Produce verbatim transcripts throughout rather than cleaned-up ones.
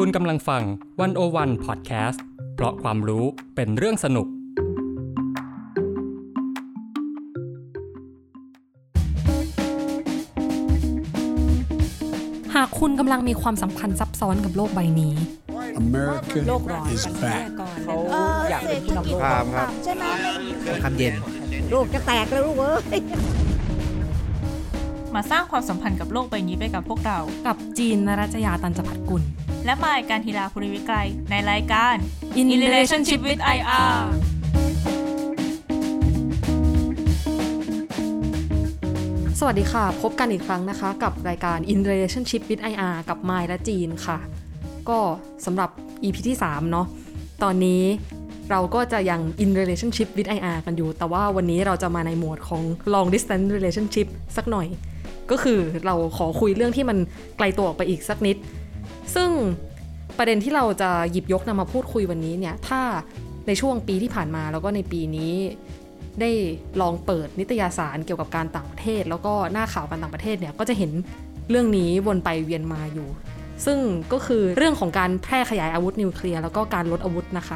คุณกำลังฟังหนึ่งศูนย์หนึ่ง Podcast เพราะความรู้เป็นเรื่องสนุกหากคุณกำลังมีความสัมพันธ์ซับซ้อนกับโลกใบนี้ America โลกร้อน is back เขาอยากเป็นผู้นำโลกครับครับใช่ไหมความเย็นโลกจะแตกแล้วลูกเอ้ยมาสร้างความสัมพันธ์กับโลกใบนี้ไปกับพวกเรากับจีนนรัชยาตันจพัฒกุลและมายการทีลาภูริวิไกรในรายการ In In Relationship with ไอ อาร์สวัสดีค่ะพบกันอีกครั้งนะคะกับรายการ In Relationship with ไอ อาร์ กับมายและจีนค่ะก็สำหรับ อี พี ที่สามเนาะตอนนี้เราก็จะยัง In Relationship with ไอ อาร์ กันอยู่แต่ว่าวันนี้เราจะมาในโหมดของ Long Distance Relationship สักหน่อยก็คือเราขอคุยเรื่องที่มันไกลตัวออกไปอีกสักนิดซึ่งประเด็นที่เราจะหยิบยกนำมาพูดคุยวันนี้เนี่ยถ้าในช่วงปีที่ผ่านมาแล้วก็ในปีนี้ได้ลองเปิดนิตยสารเกี่ยวกับการต่างประเทศแล้วก็หน้าข่าวการต่างประเทศเนี่ยก็จะเห็นเรื่องนี้วนไปเวียนมาอยู่ซึ่งก็คือเรื่องของการแพร่ขยายอาวุธนิวเคลียร์แล้วก็การลดอาวุธนะคะ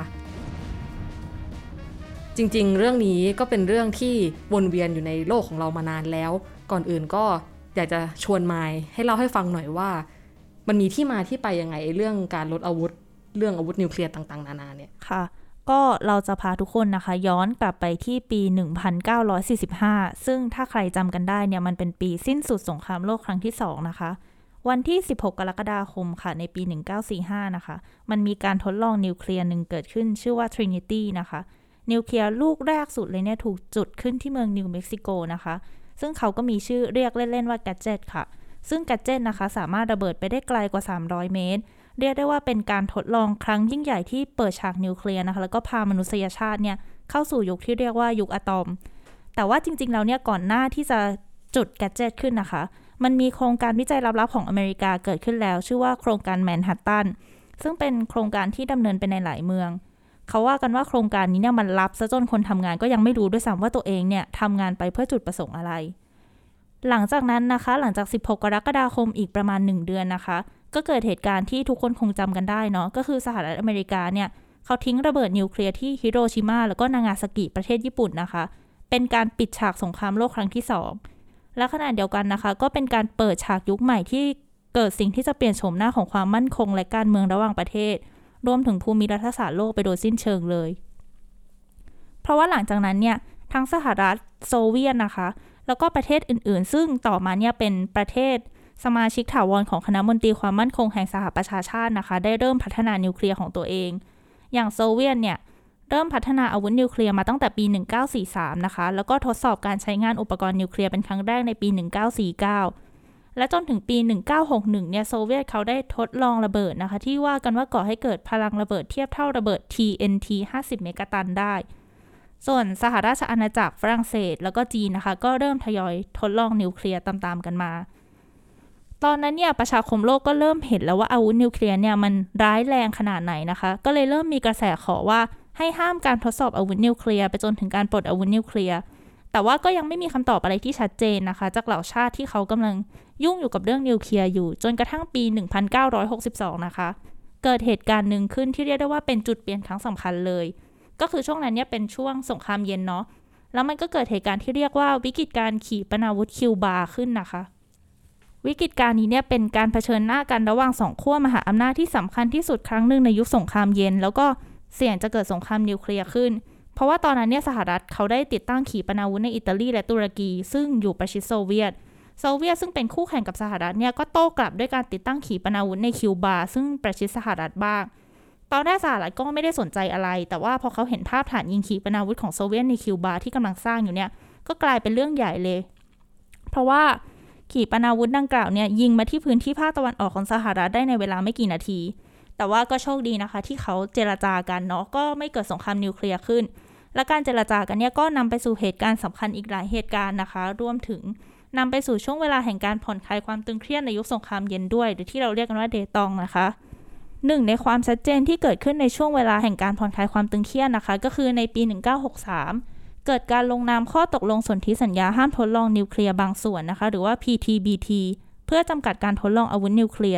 จริงๆเรื่องนี้ก็เป็นเรื่องที่วนเวียนอยู่ในโลกของเรามานานแล้วก่อนอื่นก็อยากจะชวนมายให้เล่าให้ฟังหน่อยว่ามันมีที่มาที่ไปยังไงเรื่องการลดอาวุธเรื่องอาวุธนิวเคลียร์ต่างๆนานาเนี่ยค่ะก็เราจะพาทุกคนนะคะย้อนกลับไปที่ปีหนึ่งพันเก้าร้อยสี่สิบห้าซึ่งถ้าใครจำกันได้เนี่ยมันเป็นปีสิ้นสุดสงครามโลกครั้งที่สองนะคะวันที่สิบหกกรกฎาคมค่ะในปีหนึ่งพันเก้าร้อยสี่สิบห้านะคะมันมีการทดลองนิวเคลียร์นึงเกิดขึ้นชื่อว่า Trinity นะคะนิวเคลียร์ลูกแรกสุดเลยเนี่ยถูกจุดขึ้นที่เมืองนิวเม็กซิโกนะคะซึ่งเขาก็มีชื่อเรียกเล่นๆว่า Gadget ค่ะซึ่ง Gadget นะคะสามารถระเบิดไปได้ไกลกว่าสามร้อยเมตรเรียกได้ว่าเป็นการทดลองครั้งยิ่งใหญ่ที่เปิดฉากนิวเคลียร์นะคะแล้วก็พามนุษยชาติเนี่ยเข้าสู่ยุคที่เรียกว่ายุคอะตอมแต่ว่าจริงๆแล้วเนี่ยก่อนหน้าที่จะจุด Gadget ขึ้นนะคะมันมีโครงการวิจัยลับๆของอเมริกาเกิดขึ้นแล้วชื่อว่าโครงการแมนฮัตตันซึ่งเป็นโครงการที่ดำเนินไปในหลายเมืองเขาว่ากันว่าโครงการนี้เนี่ยมันลับซะจนคนทำงานก็ยังไม่รู้ด้วยซ้ำว่าตัวเองเนี่ยทำงานไปเพื่อจุดประสงค์อะไรหลังจากนั้นนะคะหลังจากสิบหกกรกฎาคมอีกประมาณหนึ่งเดือนนะคะก็เกิดเหตุการณ์ที่ทุกคนคงจำกันได้เนาะก็คือสหรัฐอเมริกาเนี่ยเขาทิ้งระเบิดนิวเคลียร์ที่ฮิโรชิมาแล้วก็นางาซากิประเทศญี่ปุ่นนะคะเป็นการปิดฉากสงครามโลกครั้งที่สองและขณะเดียวกันนะคะก็เป็นการเปิดฉากยุคใหม่ที่เกิดสิ่งที่จะเปลี่ยนโฉมหน้าของความมั่นคงและการเมืองระหว่างประเทศรวมถึงภูมิรัฐศาสตร์โลกไปโดยสิ้นเชิงเลยเพราะว่าหลังจากนั้นเนี่ยทั้งสหรัฐโซเวียตนะคะแล้วก็ประเทศอื่นๆซึ่งต่อมาเนี่ยเป็นประเทศสมาชิกถาวรของคณะมนตรีความมั่นคงแห่งสหประชาชาตินะคะได้เริ่มพัฒนานิวเคลียร์ของตัวเองอย่างโซเวียตเนี่ยเริ่มพัฒนาอาวุธนิวเคลียร์มาตั้งแต่ปีหนึ่งพันเก้าร้อยสี่สิบสามนะคะแล้วก็ทดสอบการใช้งานอุปกรณ์นิวเคลียร์เป็นครั้งแรกในปีหนึ่งพันเก้าร้อยสี่สิบเก้าและจนถึงปีหนึ่งพันเก้าร้อยหกสิบเอ็ดเนี่ยโซเวียตเขาได้ทดลองระเบิดนะคะที่ว่ากันว่าก่อให้เกิดพลังระเบิดเทียบเท่าระเบิด ที เอ็น ที ห้าสิบเมกะตันได้ส่วนสหราชอาณาจักรฝรั่งเศสแล้วก็จีนนะคะก็เริ่มทยอยทดลองนิวเคลียร์ตามๆกันมาตอนนั้นเนี่ยประชาคมโลกก็เริ่มเห็นแล้วว่าอาวุธนิวเคลียร์เนี่ยมันร้ายแรงขนาดไหนนะคะก็เลยเริ่มมีกระแสขอว่าให้ห้ามการทดสอบอาวุธนิวเคลียร์ไปจนถึงการปลดอาวุธนิวเคลียร์แต่ว่าก็ยังไม่มีคำตอบอะไรที่ชัดเจนนะคะจากเหล่าชาติที่เขากำลังยุ่งอยู่กับเรื่องนิวเคลียร์อยู่จนกระทั่งปีหนึ่งพันเก้าร้อยหกสิบสองนะคะเกิดเหตุการณ์หนึ่งขึ้นที่เรียกได้ว่าเป็นจุดเปลี่ยนครั้งสำคัญเลยก็คือช่วงนั้นเนี่ยเป็นช่วงสงครามเย็นเนาะแล้วมันก็เกิดเหตุการณ์ที่เรียกว่าวิกฤตการณ์ขีปนาวุธคิวบาขึ้นนะคะวิกฤตการณ์นี้เนี่ยเป็นการเผชิญหน้ากันระหว่างสองขั้วมหาอำนาจที่สำคัญที่สุดครั้งหนึ่งในยุคสงครามเย็นแล้วก็เสี่ยงจะเกิดสงครามนิวเคลียร์ขึ้นเพราะว่าตอนนั้นเนี่ยสหรัฐเขาได้ติดตั้งขีปนาวุธในอิตาลีและตุรกีซึ่งอยู่ประชิดโซเวียตโซเวียตซึ่งเป็นคู่แข่งกับสหรัฐเนี่ยก็โต้กลับด้วยการติดตั้งขีปนาวุธในคิวบาซึ่งประชิดสหรัฐบ้างตอนแรกสหรัฐก็ไม่ได้สนใจอะไรแต่ว่าพอเขาเห็นภาพฐานยิงขีปนาวุธของโซเวียตในคิวบาที่กำลังสร้างอยู่เนี่ยก็กลายเป็นเรื่องใหญ่เลยเพราะว่าขีปนาวุธดังกล่าวเนี่ยยิงมาที่พื้นที่ภาคตะวันออกของสหรัฐได้ในเวลาไม่กี่นาทีแต่ว่าก็โชคดีนะคะที่เขาเจรจากันเนาะก็ไม่เกิดสงครามนิวเคลียร์ขึ้นและการเจรจากันเนี่ยก็นำไปสู่เหตุการณ์สำคัญอีกหลายเหตุการณ์นะคะรวมถึงนำไปสู่ช่วงเวลาแห่งการผ่อนคลายความตึงเครียดในยุคสงครามเย็นด้วยหรือที่เราเรียกกันว่าเดตองนะคะหนึ่งในความชัดเจนที่เกิดขึ้นในช่วงเวลาแห่งการผ่อนคลายความตึงเครียดนะคะก็คือในปีหนึ่งพันเก้าร้อยหกสิบสามเกิดการลงนามข้อตกลงสนธิสัญญาห้ามทดลองนิวเคลียร์บางส่วนนะคะหรือว่า พี ที บี ที เพื่อจำกัดการทดลองอาวุธนิวเคลียร์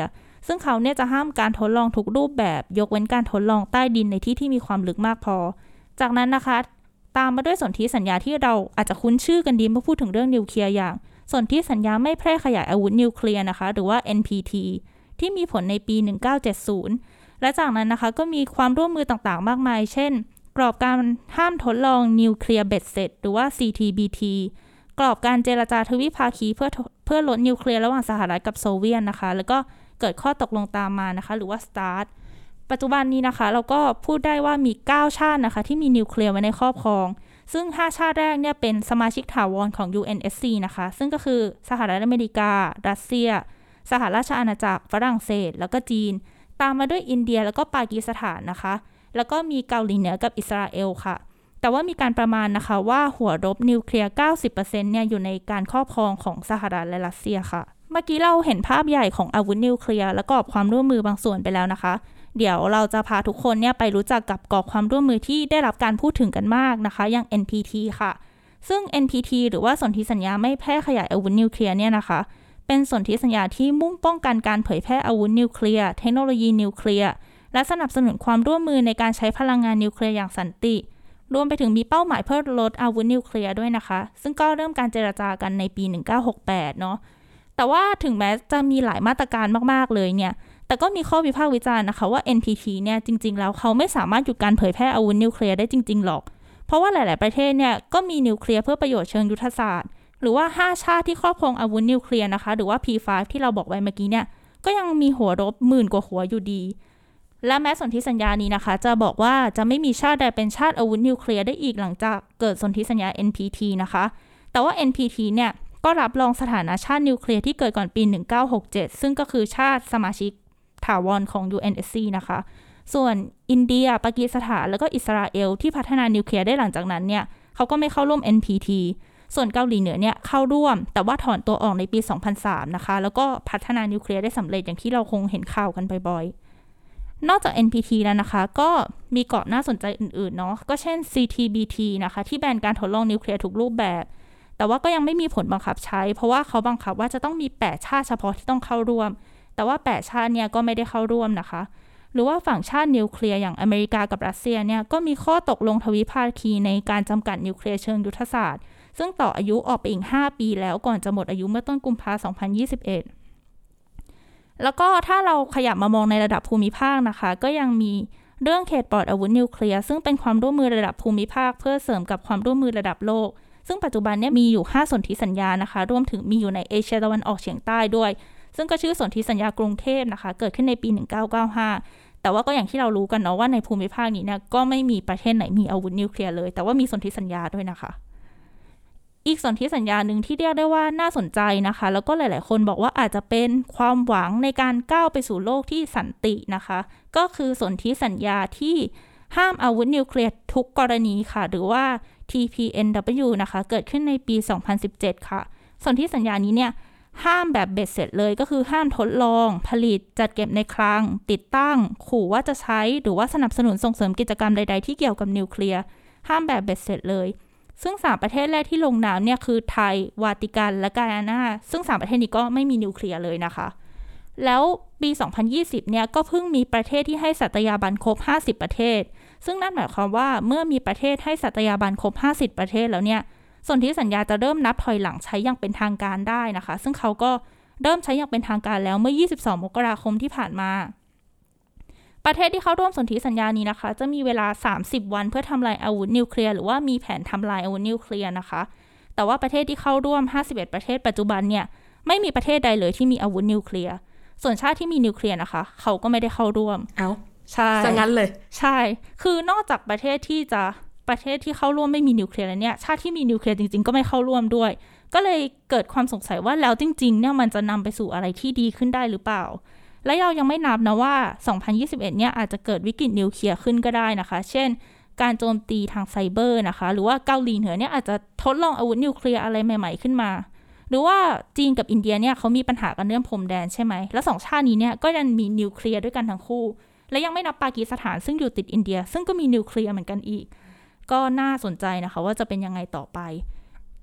ซึ่งเขาเนี่ยจะห้ามการทดลองทุกรูปแบบยกเว้นการทดลองใต้ดินในที่ที่มีความลึกมากพอจากนั้นนะคะตามมาด้วยสนธิสัญญาที่เราอาจจะคุ้นชื่อกันดีเมื่อพูดถึงเรื่องนิวเคลียร์อย่างสนธิสัญญาไม่แพร่ขยายอาวุธนิวเคลียร์นะคะหรือว่า เอ็น พี ที ที่มีผลในปีหนึ่งพันเก้าร้อยเจ็ดสิบและจากนั้นนะคะก็มีความร่วมมือต่างๆมากมายเช่นกรอบการห้ามทดลองนิวเคลียร์เบ็ดเสร็จหรือว่า ซี ที บี ที กรอบการเจรจาทวิภาคีเพื่อเพื่อลดนิวเคลียร์ระหว่างสหรัฐกับโซเวียตนะคะแล้วก็เกิดข้อตกลงตามมานะคะหรือว่า สตาร์ท ปัจจุบันนี้นะคะเราก็พูดได้ว่ามีเก้าชาตินะคะที่มีนิวเคลียร์ไว้ในครอบครองซึ่งห้าชาติแรกเนี่ยเป็นสมาชิกถาวรของ ยู เอ็น เอส ซี นะคะซึ่งก็คือสหรัฐอเมริการัสเซียสหราชอาณาจักรฝรั่งเศสแล้วก็จีนตามมาด้วยอินเดียแล้วก็ปากีสถานนะคะแล้วก็มีเกาหลีเหนือกับอิสราเอลค่ะแต่ว่ามีการประมาณนะคะว่าหัวรบนิวเคลียร์ เก้าสิบเปอร์เซ็นต์ เนี่ยอยู่ในการครอบครองของสหรัฐและรัสเซียค่ะเมื่อกี้เราเห็นภาพใหญ่ของอาวุธนิวเคลียร์และกรอบความร่วมมือบางส่วนไปแล้วนะคะเดี๋ยวเราจะพาทุกคนเนี่ยไปรู้จักกับกรอบความร่วมมือที่ได้รับการพูดถึงกันมากนะคะอย่าง เอ็น พี ที ค่ะซึ่ง เอ็น พี ที หรือว่าสนธิสัญญาไม่แพร่ขยายอาวุธนิวเคลียร์เนี่ยนะคะเป็นสนธิสัญญาที่มุ่งป้องกันการเผยแพร่อาวุธนิวเคลียร์เทคโนโลยีนิวเคลียร์และสนับสนุนความร่วมมือในการใช้พลังงานนิวเคลียร์อย่างสันติรวมไปถึงมีเป้าหมายเพื่อลดอาวุธนิวเคลียร์ด้วยนะคะซึ่งก็เริ่มการเจรจากันในปีหนึ่งพันเก้าร้อยหกสิบแปดเนาะแต่ว่าถึงแม้จะมีหลายมาตรการมากๆเลยเนี่ยแต่ก็มีข้อวิพากษ์วิจารณ์นะคะว่า เอ็น พี ที เนี่ยจริงๆแล้วเขาไม่สามารถหยุดการเผยแพร่อาวุธนิวเคลียร์ได้จริงๆหรอกเพราะว่าหลายๆประเทศเนี่ยก็มีนิวเคลียร์เพื่อประโยชน์เชิงยุทธศาสตร์หรือว่าห้าชาติที่ครอบครองอาวุธนิวเคลียร์นะคะหรือว่า พี ไฟว์ ที่เราบอกไว้เมื่อกี้เนี่ยก็ยังมีหัวรบหมื่นกว่าหัวอยู่ดีและแม้สนธิสัญญานี้นะคะจะบอกว่าจะไม่มีชาติใดเป็นชาติอาวุธนิวเคลียร์ได้อีกหลังจากเกิดสนธิสัญญา เอ็น พี ที นะคะแต่ว่า เอ็น พี ที เนี่ยก็รับรองสถานะชาตินิวเคลียร์ที่เกิดก่อนปีหนึ่งพันเก้าร้อยหกสิบเจ็ดซึ่งก็คือชาติสมาชิกถาวรของ ยู เอ็น เอส ซี นะคะส่วนอินเดียปากีสถานแล้วก็อิสราเอลที่พัฒนานิวเคลียร์ได้หลังจากนั้นเนี่ยเขาก็ไม่เข้าร่วม เอ็น พี ที ส่วนเกาหลีเหนือเนี่ยเข้าร่วมแต่ว่าถอนตัวออกในปีสองพันสามนะคะแล้วก็พัฒนานิวเคลียร์ได้สำเร็จอย่างที่เราคงเห็นข่าวกันบ่อยๆนอกจาก เอ็น พี ที แล้วนะคะก็มีกรอบน่าสนใจอื่นๆเนาะก็เช่น ซี ที บี ที นะคะที่แบนการทดลองนิวเคลียร์ทุกรูปแบบแต่ว่าก็ยังไม่มีผลบังคับใช้เพราะว่าเขาบังคับว่าจะต้องมีแปดชาติเฉพาะที่ต้องเข้าร่วมแต่ว่าแปดชาติเนี่ยก็ไม่ได้เข้าร่วมนะคะหรือว่าฝั่งชาตินิวเคลียร์อย่างอเมริกากับรัสเซียเนี่ยก็มีข้อตกลงทวิภาคีในการจำกัดนิวเคลียร์เชิงยุทธศาสตร์ซึ่งต่ออายุออกไปอีกห้าปีแล้วก่อนจะหมดอายุเมื่อต้นกุมภาพันธ์สองพันยี่สิบเอ็ดแล้วก็ถ้าเราขยับมามองในระดับภูมิภาคนะคะก็ยังมีเรื่องเขตปลอดอาวุธนิวเคลียร์ซึ่งเป็นความร่วมมือระดับภูมิภาคเพื่อเสริมกับความร่วมมือระดับโลกซึ่งปัจจุบันเนี่ยมีอยู่ห้าสนธิสัญญานะคะรวมถึงมีอยู่ในเอเชียตะวันออกเฉียงใต้ด้วยซึ่งก็ชื่อสนธิสัญญากรุงเทพนะคะเกิดขึ้นในปีหนึ่งพันเก้าร้อยเก้าสิบห้าแต่ว่าก็อย่างที่เรารู้กันเนาะว่าในภูมิภาคนี้เนี่ยก็ไม่มีประเทศไหนมีอาวุธนิวเคลียร์เลยแต่ว่ามีสนธิสัญญาด้วยนะคะอีกสนธิสัญญาหนึ่งที่เรียกได้ว่าน่าสนใจนะคะแล้วก็หลายๆคนบอกว่าอาจจะเป็นความหวังในการก้าวไปสู่โลกที่สันตินะคะก็คือสนธิสัญญาที่ห้ามอาวุธนิวเคลียร์ทุกกรณีค่ะหรือว่า ที พี เอ็น ดับเบิลยู นะคะเกิดขึ้นในปีสองพันสิบเจ็ดค่ะสนธิสัญญานี้เนี่ยห้ามแบบเบ็ดเสร็จเลยก็คือห้ามทดลองผลิตจัดเก็บในคลังติดตั้งขู่ว่าจะใช้หรือว่าสนับสนุนส่งเสริมกิจกรรมใดๆที่เกี่ยวกับนิวเคลียร์ห้ามแบบเบ็ดเสร็จเลยซึ่งสามประเทศแรกที่ลงนามเนี่ยคือไทยวาติกันและกายานาซึ่งสามประเทศนี้ก็ไม่มีนิวเคลียร์เลยนะคะแล้วปีสองพันยี่สิบเนี่ยก็เพิ่งมีประเทศที่ให้สัตยาบันครบห้าสิบประเทศซึ่งนั่นหมายความว่าเมื่อมีประเทศให้สัตยาบันครบห้าสิบประเทศแล้วเนี่ยสนธิสัญญาจะเริ่มนับถอยหลังใช้อย่างเป็นทางการได้นะคะซึ่งเขาก็เริ่มใช้อย่างเป็นทางการแล้วเมื่อยี่สิบสองมกราคมที่ผ่านมาประเทศที่เข้าร่วมสนธิสัญญานี้นะคะจะมีเวลาสามสิบวันเพื่อทำลายอาวุธนิวเคลียร์หรือว่ามีแผนทำลายอาวุธนิวเคลียร์นะคะแต่ว่าประเทศที่เข้าร่วมห้าสิบเอ็ดประเทศปัจจุบันเนี่ยไม่มีประเทศใดเลยที่มีอาวุธนิวเคลียร์ส่วนชาติที่มีนิวเคลียร์นะคะเขาก็ไม่ได้เข้าร่วมเอ้าใช่ซะงั้นเลยใช่คือนอกจากประเทศที่จะประเทศที่เข้าร่วมไม่มีนิวเคลียร์แล้วเนี่ยชาติที่มีนิวเคลียร์จริงๆก็ไม่เข้าร่วมด้วยก็เลยเกิดความสงสัยว่าแล้วจริงๆเนี่ยมันจะนำไปสู่อะไรที่ดีขึ้นได้หรือเปล่าและเรายังไม่นับนะว่าสองพันยี่สิบเอ็ดเนี่ยอาจจะเกิดวิกฤตนิวเคลียร์ขึ้นก็ได้นะคะเช่นการโจมตีทางไซเบอร์นะคะหรือว่าเกาหลีเหนือเนี่ยอาจจะทดลองอาวุธนิวเคลียร์อะไรใหม่ๆขึ้นมาหรือว่าจีนกับอินเดียเนี่ยเขามีปัญหากันเรื่องพรมแดนใช่ไหมแล้วสองชาตินี้เนี่ยก็ยังมีนิวเคลียร์ด้วยกันทั้งคู่และยังไม่นับปากีสถานซึ่งอยู่ติดอินเดียซึ่งก็มีนิวเคลียร์เหมือนกันอีกก็น่าสนใจนะคะว่าจะเป็นยังไงต่อไป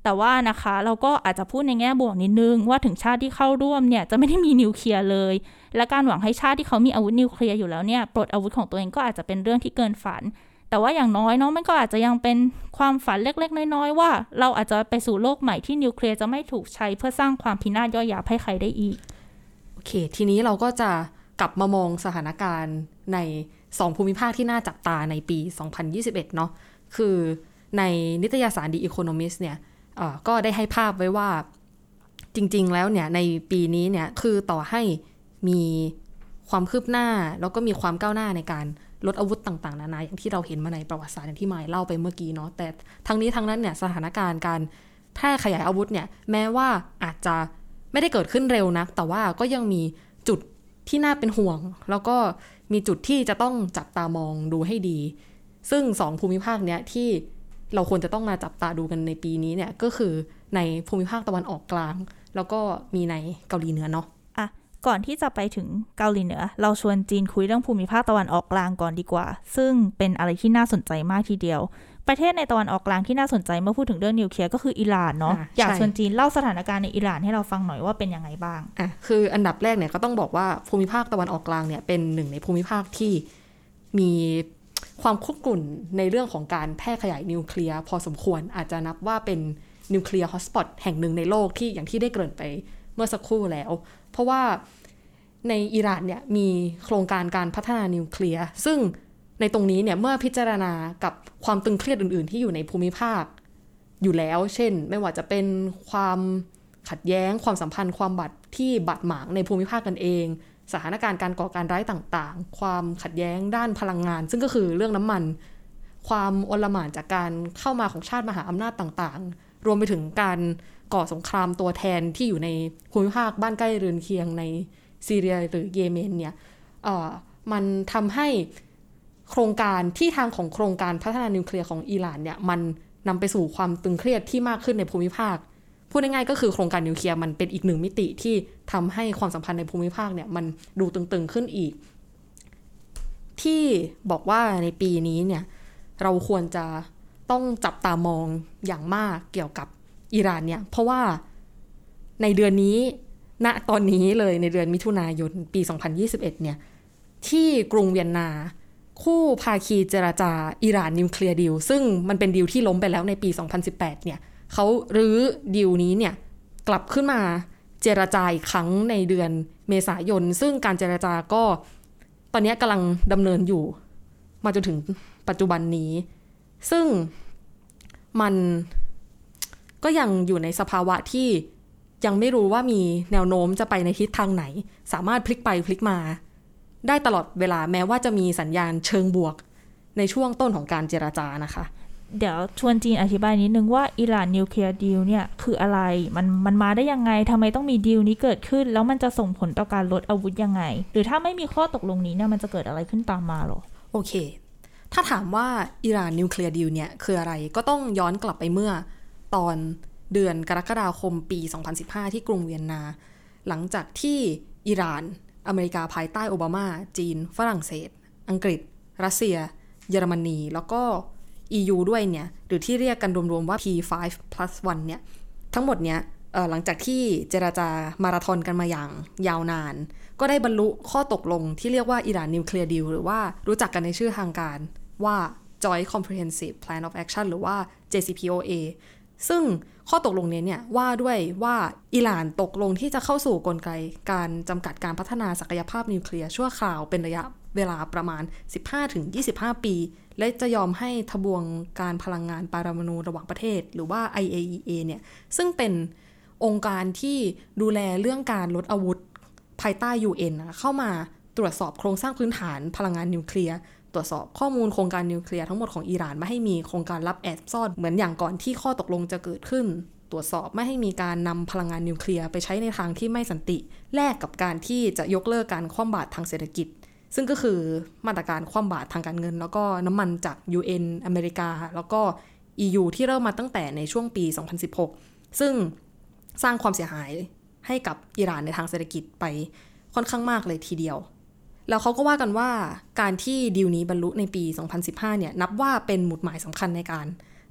แต่ว่านะคะเราก็อาจจะพูดในแง่บวกนิดนึงว่าถึงชาติที่เข้าร่วมเนี่ยจะไม่ได้มีนิวเคลียร์เลยและการหวังให้ชาติที่เขามีอาวุธนิวเคลียร์อยู่แล้วเนี่ยปลดอาวุธของตัวเองก็อาจจะเป็นเรื่องที่เกินฝันแต่ว่าอย่างน้อยเนาะมันก็อาจจะยังเป็นความฝันเล็กๆน้อยๆว่าเราอาจจะไปสู่โลกใหม่ที่นิวเคลียร์จะไม่ถูกใช้เพื่อสร้างความพินาศย่อยยับให้ใครได้อีกโอเคทีนี้เราก็จะกลับมามองสถานการณ์ในสองภูมิภาคที่น่าจับตาในปีสองพันยี่สิบเอ็ดเนาะคือในนิตยสาร The Economist เนี่ยก็ได้ให้ภาพไว้ว่าจริงๆแล้วเนี่ยในปีนี้เนี่ยคือต่อให้มีความคืบหน้าแล้วก็มีความก้าวหน้าในการลดอาวุธต่างๆนานาอย่างที่เราเห็นมาในประวัติศาสตร์อย่างที่มายเล่าไปเมื่อกี้เนาะแต่ทั้งนี้ทั้งนั้นเนี่ยสถานการณ์การแพร่ขยายอาวุธเนี่ยแม้ว่าอาจจะไม่ได้เกิดขึ้นเร็วนักแต่ว่าก็ยังมีจุดที่น่าเป็นห่วงแล้วก็มีจุดที่จะต้องจับตามองดูให้ดีซึ่งสองภูมิภาคเนี้ยที่เราควรจะต้องมาจับตาดูกันในปีนี้เนี่ยก็คือในภูมิภาคตะวันออกกลางแล้วก็มีในเกาหลีเหนือเนาะอ่ะก่อนที่จะไปถึงเกาหลีเหนือเราชวนจีนคุยเรื่องภูมิภาคตะวันออกกลางก่อนดีกว่าซึ่งเป็นอะไรที่น่าสนใจมากทีเดียวประเทศในตะวันออกกลางที่น่าสนใจเมื่อพูดถึงเรื่องนิวเคลียร์ก็คืออิหร่านเนาะ อ, อยากชวนจีนเล่าสถานการณ์ในอิหร่านให้เราฟังหน่อยว่าเป็นยังไงบ้างอ่ะคืออันดับแรกเนี่ยก็ต้องบอกว่าภูมิภาคตะวันออกกลางเนี่ยเป็นหนึ่งในภูมิภาคที่มีความคุกรุ่นในเรื่องของการแพร่ขยายนิวเคลียร์พอสมควรอาจจะนับว่าเป็นนิวเคลียร์ฮอตสปอตแห่งหนึ่งในโลกที่อย่างที่ได้เกริ่นไปเมื่อสักครู่แล้วเพราะว่าในอิหร่านเนี่ยมีโครงการการพัฒนานิวเคลียร์ซึ่งในตรงนี้เนี่ยเมื่อพิจารณากับความตึงเครียดอื่นๆที่อยู่ในภูมิภาคอยู่แล้วเช่นไม่ว่าจะเป็นความขัดแย้งความสัมพันธ์ความบาดที่บาดหมางในภูมิภาคกันเองสถานการณ์การก่อการร้ายต่างๆความขัดแย้งด้านพลังงานซึ่งก็คือเรื่องน้ำมันความโอลหม่านจากการเข้ามาของชาติมหาอำนาจต่างๆรวมไปถึงการก่อสงครามตัวแทนที่อยู่ในภูมิภาคบ้านใกล้เรือนเคียงในซีเรียหรือเยเมนเนี่ยเอ่อมันทำให้โครงการที่ทางของโครงการพัฒนานิวเคลียร์ของอิหร่านเนี่ยมันนำไปสู่ความตึงเครียดที่มากขึ้นในภูมิภาคพูดง่ายๆก็คือโครงการนิวเคลียร์มันเป็นอีกหนึ่งมิติที่ทำให้ความสัมพันธ์ในภูมิภาคเนี่ยมันดูตึงๆขึ้นอีกที่บอกว่าในปีนี้เนี่ยเราควรจะต้องจับตามองอย่างมากเกี่ยวกับอิหร่านเนี่ยเพราะว่าในเดือนนี้ณตอนนี้เลยในเดือนมิถุนายนปีสองพันยี่สิบเอ็ดเนี่ยที่กรุงเวียนนาคู่ภาคีเจรจาอิหร่านนิวเคลียร์ดีลซึ่งมันเป็นดีลที่ล้มไปแล้วในปีสองพันสิบแปดเนี่ยเขารื้อดีลนี้เนี่ยกลับขึ้นมาเจรจาอีกครั้งในเดือนเมษายนซึ่งการเจรจาก็ตอนนี้กำลังดำเนินอยู่มาจนถึงปัจจุบันนี้ซึ่งมันก็ยังอยู่ในสภาวะที่ยังไม่รู้ว่ามีแนวโน้มจะไปในทิศทางไหนสามารถพลิกไปพลิกมาได้ตลอดเวลาแม้ว่าจะมีสัญญาณเชิงบวกในช่วงต้นของการเจรจานะคะเดี๋ยวชวนจีนอธิบายนิดนึงว่าอิหร่านนิวเคลียร์ดีลเนี่ยคืออะไรมันมันมาได้ยังไงทำไมต้องมีดีลนี้เกิดขึ้นแล้วมันจะส่งผลต่อการลดอาวุธยังไงหรือถ้าไม่มีข้อตกลงนี้เนี่ยมันจะเกิดอะไรขึ้นตามมาหรอโอเคถ้าถามว่าอิหร่านนิวเคลียร์ดีลเนี่ยคืออะไรก็ต้องย้อนกลับไปเมื่อตอนเดือนกรกฎาคมปีสองพันสิบห้าที่กรุงเวียนนาหลังจากที่อิหร่านอเมริกาภายใต้โอบามาจีนฝรั่งเศสอังกฤษรัสเซียเยอรมนีแล้วก็ อี ยู ด้วยเนี่ยหรือที่เรียกกันรวมๆว่า พี ไฟว์ พลัส วัน เนี่ยทั้งหมดเนี้ยหลังจากที่เจรจามาราธอนกันมาอย่างยาวนานก็ได้บรรลุข้อตกลงที่เรียกว่าอิหร่านนิวเคลียร์ดีลหรือว่ารู้จักกันในชื่อทางการว่า Joint Comprehensive Plan of Action หรือว่า เจ ซี พี โอ เอ ซึ่งข้อตกลงนี้เนี่ยว่าด้วยว่าอิหร่านตกลงที่จะเข้าสู่กลไกการจำกัดการพัฒนาศักยภาพนิวเคลียร์ชั่วคราวเป็นระยะเวลาประมาณ สิบห้าถึงยี่สิบห้า ปีและจะยอมให้ทบวงการพลังงานปรมาณูระหว่างประเทศหรือว่า ไอ เอ อี เอ เนี่ยซึ่งเป็นองค์การที่ดูแลเรื่องการลดอาวุธภายใต้ ยู เอ็น เข้ามาตรวจสอบโครงสร้างพื้นฐานพลังงานนิวเคลียร์ตรวจสอบข้อมูลโครงการนิวเคลียร์ทั้งหมดของอิหร่านไม่ให้มีโครงการลับแอบซ่อนเหมือนอย่างก่อนที่ข้อตกลงจะเกิดขึ้นตรวจสอบไม่ให้มีการนำพลังงานนิวเคลียร์ไปใช้ในทางที่ไม่สันติแลกกับการที่จะยกเลิกการคว่ำบาตรทางเศรษฐกิจซึ่งก็คือมาตรการคว่ำบาตรทางการเงินแล้วก็น้ำมันจาก ยู เอ็น อเมริกาแล้วก็ อี ยู ที่เริ่มมาตั้งแต่ในช่วงปีสองพันสิบหกซึ่งสร้างความเสียหายให้กับอิหร่านในทางเศรษฐกิจไปค่อนข้างมากเลยทีเดียวแล้วเขาก็ว่ากันว่าการที่ดีลนี้บรรลุในปีสองพันสิบห้าเนี่ยนับว่าเป็นหมุดหมายสำคัญในการ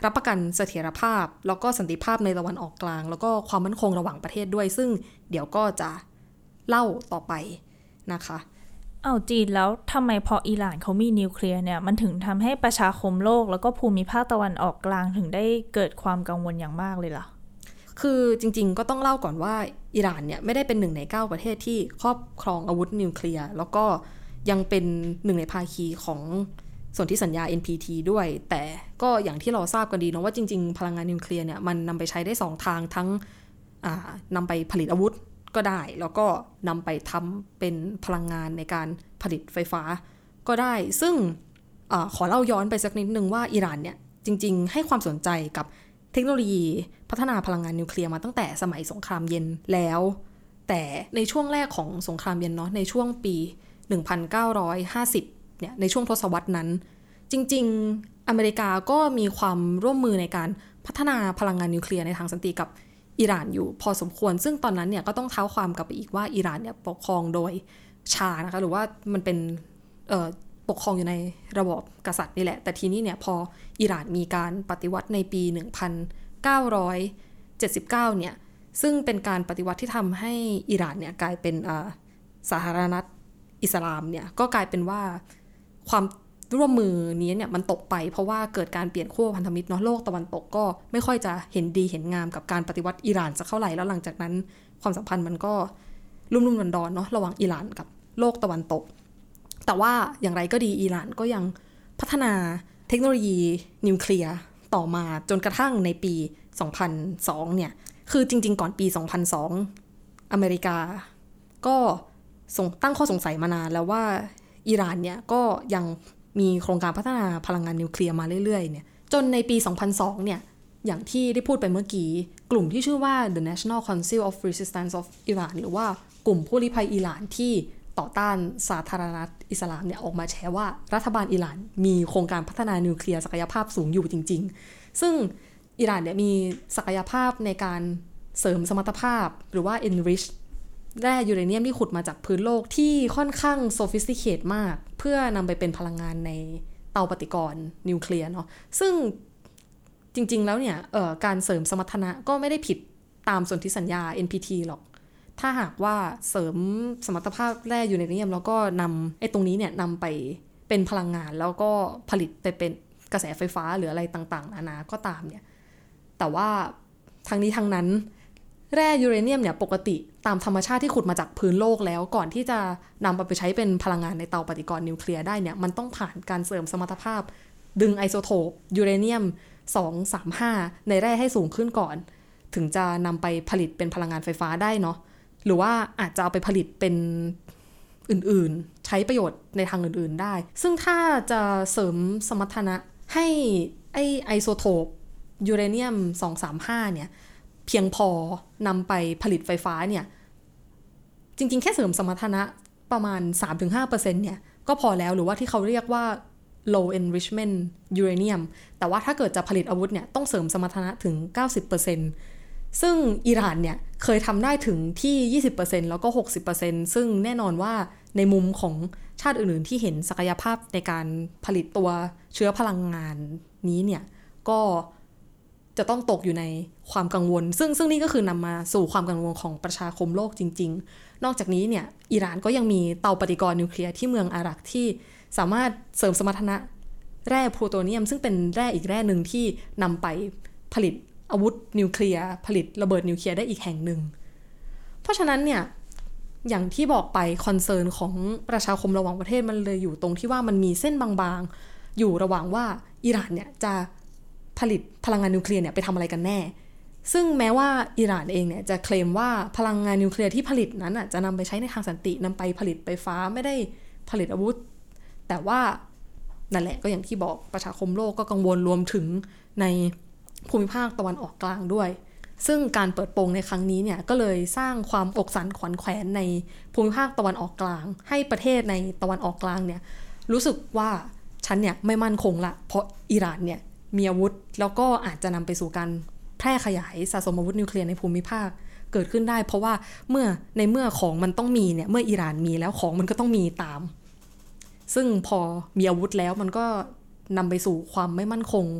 รับประกันเสถียรภาพแล้วก็สันติภาพในตะวันออกกลางแล้วก็ความมั่นคงระหว่างประเทศด้วยซึ่งเดี๋ยวก็จะเล่าต่อไปนะคะเอาจีนแล้วทำไมพออิหร่านเขามีนิวเคลียร์เนี่ยมันถึงทำให้ประชาคมโลกแล้วก็ภูมิภาคตะวันออกกลางถึงได้เกิดความกังวลอย่างมากเลยล่ะคือจริงๆก็ต้องเล่าก่อนว่าอิหร่านเนี่ยไม่ได้เป็นหนึ่งในเก้าประเทศที่ครอบครองอาวุธนิวเคลียร์แล้วก็ยังเป็นหนึ่งในภาคีของส่วนที่สัญญา เอ็น พี ที ด้วยแต่ก็อย่างที่เราทราบกันดีเนาะว่าจริงๆพลังงานนิวเคลียร์เนี่ยมันนำไปใช้ได้สองทางทั้งนำไปผลิตอาวุธก็ได้แล้วก็นำไปทำเป็นพลังงานในการผลิตไฟฟ้าก็ได้ซึ่งอขอเล่าย้อนไปสักนิดนึงว่าอิหร่านเนี่ยจริงๆให้ความสนใจกับเทคโนโลยีพัฒนาพลังงานนิวเคลียร์มาตั้งแต่สมัยสงครามเย็นแล้วแต่ในช่วงแรกของสงครามเย็นเนาะในช่วงปีหนึ่งพันเก้าร้อยห้าสิบเนี่ยในช่วงทศวรรษนั้นจริงๆอเมริกาก็มีความร่วมมือในการพัฒนาพลังงานนิวเคลียร์ในทางสันติกับอิหร่านอยู่พอสมควรซึ่งตอนนั้นเนี่ยก็ต้องเท้าความกลับไปอีกว่าอิหร่านเนี่ยปกครองโดยชานะคะหรือว่ามันเป็นเอ่อปกครองอยู่ในระบอบกษัตริย์นี่แหละแต่ทีนี้เนี่ยพออิหร่านมีการปฏิวัติในปีหนึ่งพันเก้าร้อยเจ็ดสิบเก้าเนี่ยซึ่งเป็นการปฏิวัติที่ทำให้อิหร่านเนี่ยกลายเป็นสาธารณรัฐอิสลามเนี่ยก็กลายเป็นว่าความร่วมมือนี้เนี่ยมันตกไปเพราะว่าเกิดการเปลี่ยนขั้วพันธมิตรเนาะโลกตะวันตกก็ไม่ค่อยจะเห็นดีเห็นงามกับการปฏิวัติอิหร่านสักเท่าไหร่แล้วหลังจากนั้นความสัมพันธ์มันก็ลุ่มๆดอนๆเนาะระหว่างอิหร่านกับโลกตะวันตกแต่ว่าอย่างไรก็ดีอิหร่านก็ยังพัฒนาเทคโนโลยีนิวเคลียร์ต่อมาจนกระทั่งในปีสองพันสองเนี่ยคือจริงๆก่อนปีสองพันสองอเมริกาก็ตั้งข้อสงสัยมานานแล้วว่าอิหร่านเนี่ยก็ยังมีโครงการพัฒนาพลังงานนิวเคลียร์มาเรื่อยๆเนี่ยจนในปีสองพันสองเนี่ยอย่างที่ได้พูดไปเมื่อกี้กลุ่มที่ชื่อว่า The National Council of Resistance of Iran หรือว่ากลุ่มผู้ลี้ภัยอิหร่านที่ต่อต้านสาธารณรัฐอิสลามเนี่ยออกมาแชร์ว่ารัฐบาลอิหร่านมีโครงการพัฒนานิวเคลียร์ศักยภาพสูงอยู่จริงๆซึ่งอิหร่านเนี่ยมีศักยภาพในการเสริมสมรรถภาพหรือว่า enrich แร่ยูเรเนียมที่ขุดมาจากพื้นโลกที่ค่อนข้าง sophisticated มากเพื่อนำไปเป็นพลังงานในเตาปฏิกรณ์นิวเคลียร์เนาะซึ่งจริงๆแล้วเนี่ยเอ่อการเสริมสมรรถนะก็ไม่ได้ผิดตามสนธิสัญญา เอ็น พี ที หรอกถ้าหากว่าเสริมสมรรถภาพแร่ยูเรเนียมแล้วก็นำไอ้ตรงนี้เนี่ยนำไปเป็นพลังงานแล้วก็ผลิตไปเป็นกระแสไฟฟ้าหรืออะไรต่างๆนานาก็ตามเนี่ยแต่ว่าทั้งนี้ทั้งนั้นแร่ยูเรเนียมเนี่ยปกติตามธรรมชาติที่ขุดมาจากพื้นโลกแล้วก่อนที่จะนำไปใช้เป็นพลังงานในเตาปฏิกรณ์นิวเคลียร์ได้เนี่ยมันต้องผ่านการเสริมสมรรถภาพดึงไอโซโทปยูเรเนียมสอง สาม ห้าในแร่ให้สูงขึ้นก่อนถึงจะนำไปผลิตเป็นพลังงานไฟฟ้าได้เนาะหรือว่าอาจจะเอาไปผลิตเป็นอื่นๆใช้ประโยชน์ในทางอื่นๆได้ซึ่งถ้าจะเสริมสมรรถนะให้ไอไอโซโทปยูเรเนียมสอง สาม ห้าเนี่ยเพียงพอนำไปผลิตไฟฟ้าเนี่ยจริงๆแค่เสริมสมรรถนะประมาณ สามถึงห้าเปอร์เซ็นต์ เนี่ยก็พอแล้วหรือว่าที่เขาเรียกว่า low enrichment uranium แต่ว่าถ้าเกิดจะผลิตอาวุธเนี่ยต้องเสริมสมรรถนะถึง เก้าสิบเปอร์เซ็นต์ ซึ่งอิหร่านเนี่ยเคยทำได้ถึงที่ ยี่สิบเปอร์เซ็นต์ แล้วก็ หกสิบเปอร์เซ็นต์ ซึ่งแน่นอนว่าในมุมของชาติอื่นๆที่เห็นศักยภาพในการผลิตตัวเชื้อพลังงานนี้เนี่ยก็จะต้องตกอยู่ในความกังวลซึ่งซึ่งนี่ก็คือนำมาสู่ความกังวลของประชาคมโลกจริงๆนอกจากนี้เนี่ยอิหร่านก็ยังมีเตาปฏิกรณ์นิวเคลียร์ที่เมืองอารักที่สามารถเสริมสมรรถนะแร่พลูโตเนียมซึ่งเป็นแร่อีกแร่หนึ่งที่นำไปผลิตอาวุธนิวเคลียร์ผลิตระเบิดนิวเคลียร์ได้อีกแห่งหนึ่งเพราะฉะนั้นเนี่ยอย่างที่บอกไปคอนเซิร์นของประชาคมระหว่างประเทศมันเลยอยู่ตรงที่ว่ามันมีเส้นบางๆอยู่ระหว่างว่าอิหร่านเนี่ยจะผลิตพลังงานนิวเคลียร์เนี่ยไปทำอะไรกันแน่ซึ่งแม้ว่าอิหร่านเองเนี่ยจะเคลมว่าพลังงานนิวเคลียร์ที่ผลิตนั้นอ่ะจะนำไปใช้ในทางสันตินำไปผลิตไฟฟ้าไม่ได้ผลิตอาวุธแต่ว่านั่นแหละก็อย่างที่บอกประชาคมโลกก็กังวลรวมถึงในภูมิภาคตะวันออกกลางด้วยซึ่งการเปิดโปงในครั้งนี้เนี่ยก็เลยสร้างความอกสั่นขวัญแขวนในภูมิภาคตะวันออกกลางให้ประเทศในตะวันออกกลางเนี่ยรู้สึกว่าฉันเนี่ยไม่มั่นคงละเพราะอิหร่านเนี่ยมีอาวุธแล้วก็อาจจะนำไปสู่การแพร่ขยายสะสมอาวุธนิวเคลียร์ในภูมิภาคเกิดขึ้นได้เพราะว่าเมื่อในเมื่อของมันต้องมีเนี่ยเมื่ออิหร่านมีแล้วของมันก็ต้องมีตามซึ่งพอมีอาวุธแล้วมันก็นำไปสู่ความไม่มั่นคงพ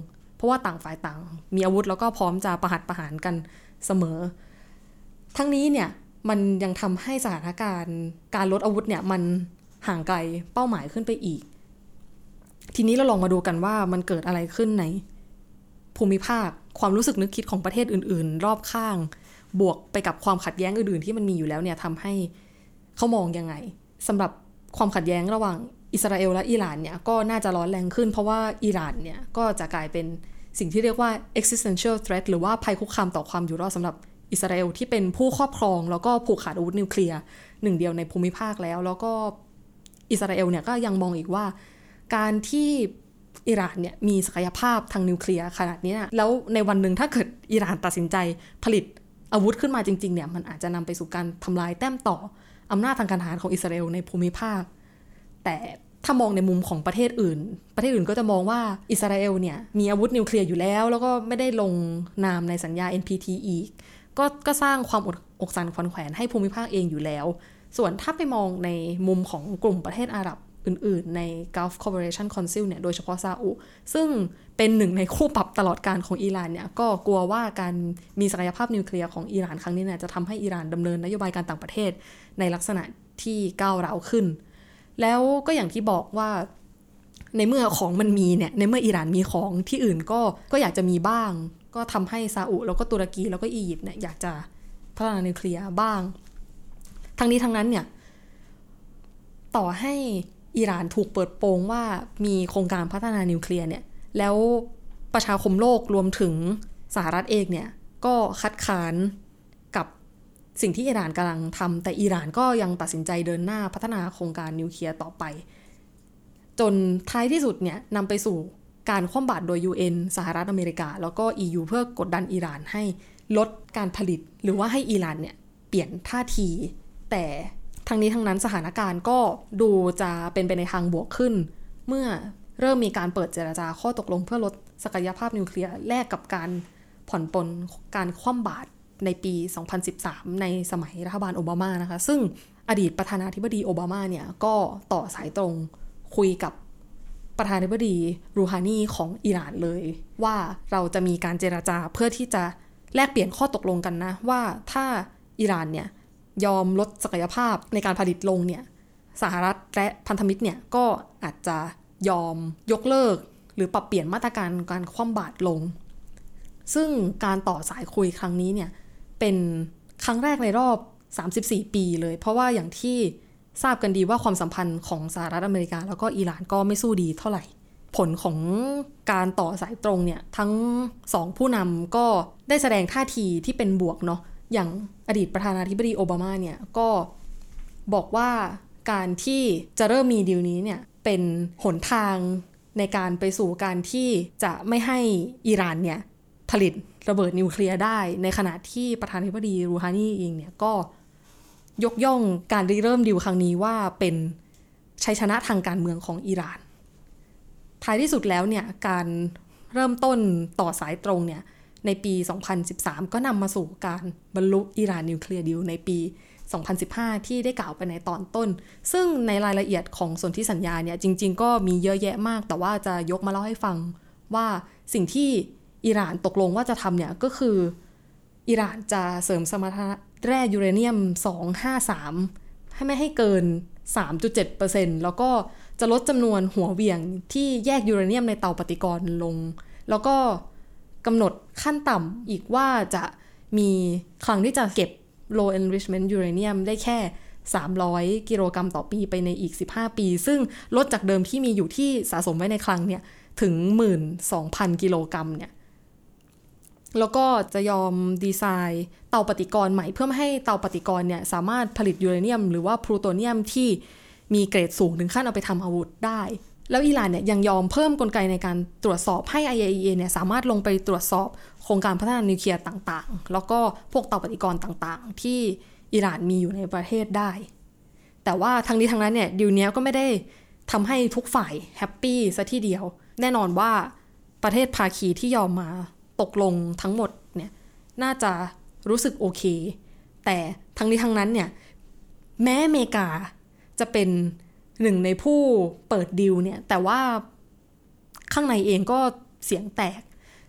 ราะว่าต่างฝ่ายต่างมีอาวุธแล้วก็พร้อมจะประหัตประหารกันเสมอทั้งนี้เนี่ยมันยังทำให้สถานการณ์การลดอาวุธเนี่ยมันห่างไกลเป้าหมายขึ้นไปอีกทีนี้เราลองมาดูกันว่ามันเกิดอะไรขึ้นในภูมิภาคความรู้สึกนึกคิดของประเทศอื่นๆรอบข้างบวกไปกับความขัดแย้งอื่นๆที่มันมีอยู่แล้วเนี่ยทำให้เขามองยังไงสำหรับความขัดแย้งระหว่างอิสราเอลและอิหร่านเนี่ยก็น่าจะร้อนแรงขึ้นเพราะว่าอิหร่านเนี่ยก็จะกลายเป็นสิ่งที่เรียกว่า existential threat หรือว่าภัยคุกคามต่อความอยู่รอดสำหรับอิสราเอลที่เป็นผู้ครอบครองแล้วก็ผูกขาดอาวุธนิวเคลียร์หนึ่งเดียวในภูมิภาคแล้วแล้วก็อิสราเอลเนี่ยก็ยังมองอีกว่าการที่อิหร่านเนี่ยมีศักยภาพทางนิวเคลียร์ขนาดนี้แล้วในวันหนึ่งถ้าเกิดอิหร่านตัดสินใจผลิตอาวุธขึ้นมาจริงๆเนี่ยมันอาจจะนำไปสู่การทำลายแต้มต่ออำนาจทางการทหารของอิสราเอลในภูมิภาคแต่ถ้ามองในมุมของประเทศอื่นประเทศอื่นก็จะมองว่าอิสราเอลเนี่ยมีอาวุธนิวเคลียร์อยู่แล้วแล้วก็ไม่ได้ลงนามในสัญญา เอ็น พี ที อีกก็ก็สร้างความอกสั่นขวัญแขวนให้ภูมิภาคเองอยู่แล้วส่วนถ้าไปมองในมุมของกลุ่มประเทศอาหรับอื่นๆใน Gulf Cooperation Council เนี่ยโดยเฉพาะซาอุซึ่งเป็นหนึ่งในคู่ปรับตลอดการของอิหร่านเนี่ยก็กลัวว่าการมีศักยภาพนิวเคลียร์ของอิหร่านครั้งนี้เนี่ยจะทำให้อิหร่านดำเนินนโยบายการต่างประเทศในลักษณะที่ก้าวร้าวขึ้นแล้วก็อย่างที่บอกว่าในเมื่อของมันมีเนี่ยในเมื่ออิหร่านมีของที่อื่นก็ก็อยากจะมีบ้างก็ทำให้ซาอุแล้วก็ตุรกีแล้วก็อียิปต์เนี่ยอยากจะพัฒนานิวเคลียร์บ้างทั้งนี้ทั้งนั้นเนี่ยต่อให้อิหร่านถูกเปิดโปงว่ามีโครงการพัฒนานิวเคลียร์เนี่ยแล้วประชาคมโลกรวมถึงสหรัฐเองเนี่ยก็คัดค้านกับสิ่งที่อิหร่านกำลังทำแต่อิหร่านก็ยังตัดสินใจเดินหน้าพัฒนาโครงการนิวเคลียร์ต่อไปจนท้ายที่สุดเนี่ยนำไปสู่การคว่ำบาตรโดย ยู เอ็น สหรัฐอเมริกาแล้วก็ อี ยู เพื่อกดดันอิหร่านให้ลดการผลิตหรือว่าให้อิหร่านเนี่ยเปลี่ยนท่าทีแต่ทั้งนี้ทั้งนั้นสถานการณ์ก็ดูจะเป็นไปในทางบวกขึ้นเมื่อเริ่มมีการเปิดเจรจาข้อตกลงเพื่อลดศักยภาพนิวเคลียร์แลกกับการผ่อนปลนการคว่ำบาตรในปี สองพันสิบสาม ในสมัยรัฐบาลโอบามานะคะซึ่งอดีตประธานาธิบดีโอบามาเนี่ยก็ต่อสายตรงคุยกับประธานาธิบดีรูฮานีของอิหร่านเลยว่าเราจะมีการเจรจาเพื่อที่จะแลกเปลี่ยนข้อตกลงกันนะว่าถ้าอิหร่านเนี่ยยอมลดศักยภาพในการผลิตลงเนี่ยสหรัฐและพันธมิตรเนี่ยก็อาจจะยอมยกเลิกหรือปรับเปลี่ยนมาตรการการคว่ำบาตรลงซึ่งการต่อสายคุยครั้งนี้เนี่ยเป็นครั้งแรกในรอบสามสิบสี่ปีเลยเพราะว่าอย่างที่ทราบกันดีว่าความสัมพันธ์ของสหรัฐอเมริกาแล้วก็อิหร่านก็ไม่สู้ดีเท่าไหร่ผลของการต่อสายตรงเนี่ยทั้งสองผู้นำก็ได้แสดงท่าทีที่เป็นบวกเนาะอย่างอดีตประธานาธิบดีโอบามาเนี่ยก็บอกว่าการที่จะเริ่มมีดีลนี้เนี่ยเป็นหนทางในการไปสู่การที่จะไม่ให้อิหร่านเนี่ยผลิตระเบิดนิวเคลียร์ได้ในขณะที่ประธานาธิบดีรูฮานีเองเนี่ยก็ยกย่องการริเริ่มดีลครั้งนี้ว่าเป็นชัยชนะทางการเมืองของอิหร่านท้ายที่สุดแล้วเนี่ยการเริ่มต้นต่อสายตรงเนี่ยในปี สองพันสิบสาม ก็นำมาสู่การบรรลุอิหร่านนิวเคลียร์ดีลในปี สองพันสิบห้า ที่ได้กล่าวไปในตอนต้นซึ่งในรายละเอียดของสนธิสัญญาเนี่ยจริงๆก็มีเยอะแยะมากแต่ว่าจะยกมาเล่าให้ฟังว่าสิ่งที่อิหร่านตกลงว่าจะทำเนี่ยก็คืออิหร่านจะเสริมสมรรถนะแร่ยูเรเนียมสองร้อยห้าสิบสามให้ไม่ให้เกิน สามจุดเจ็ดเปอร์เซ็นต์ แล้วก็จะลดจำนวนหัวเหวี่ยงที่แยกยูเรเนียมในเตาปฏิกรณ์ลงแล้วก็กำหนดขั้นต่ำอีกว่าจะมีคลังที่จะเก็บ low enrichment uranium ได้แค่สามร้อยกิโลกรัมต่อปีไปในอีกสิบห้าปีซึ่งลดจากเดิมที่มีอยู่ที่สะสมไว้ในคลังเนี่ยถึง หนึ่งหมื่นสองพัน กิโลกรัมเนี่ยแล้วก็จะยอมดีไซน์เตาปฏิกรณ์ใหม่เพื่อไม่ให้เตาปฏิกรณ์เนี่ยสามารถผลิตยูเรเนียมหรือว่าพลูโตเนียมที่มีเกรดสูงถึงขั้นเอาไปทำอาวุธได้แล้วอิหร่านเนี่ยยังยอมเพิ่มกลไกในการตรวจสอบให้ ไอ เอ อี เอ เนี่ยสามารถลงไปตรวจสอบโครงการพัฒนานิวเคลียร์ต่างๆแล้วก็พวกเตาปฏิกรณ์ต่างๆที่อิหร่านมีอยู่ในประเทศได้แต่ว่าทั้งนี้ทั้งนั้นเนี่ยดีลนี้ก็ไม่ได้ทำให้ทุกฝ่ายแฮปปี้ซะทีเดียวแน่นอนว่าประเทศภาคีที่ยอมมาตกลงทั้งหมดเนี่ยน่าจะรู้สึกโอเคแต่ทั้งนี้ทั้งนั้นเนี่ยแม้อเมริกาจะเป็นหนึ่งในผู้เปิดดีลเนี่ยแต่ว่าข้างในเองก็เสียงแตก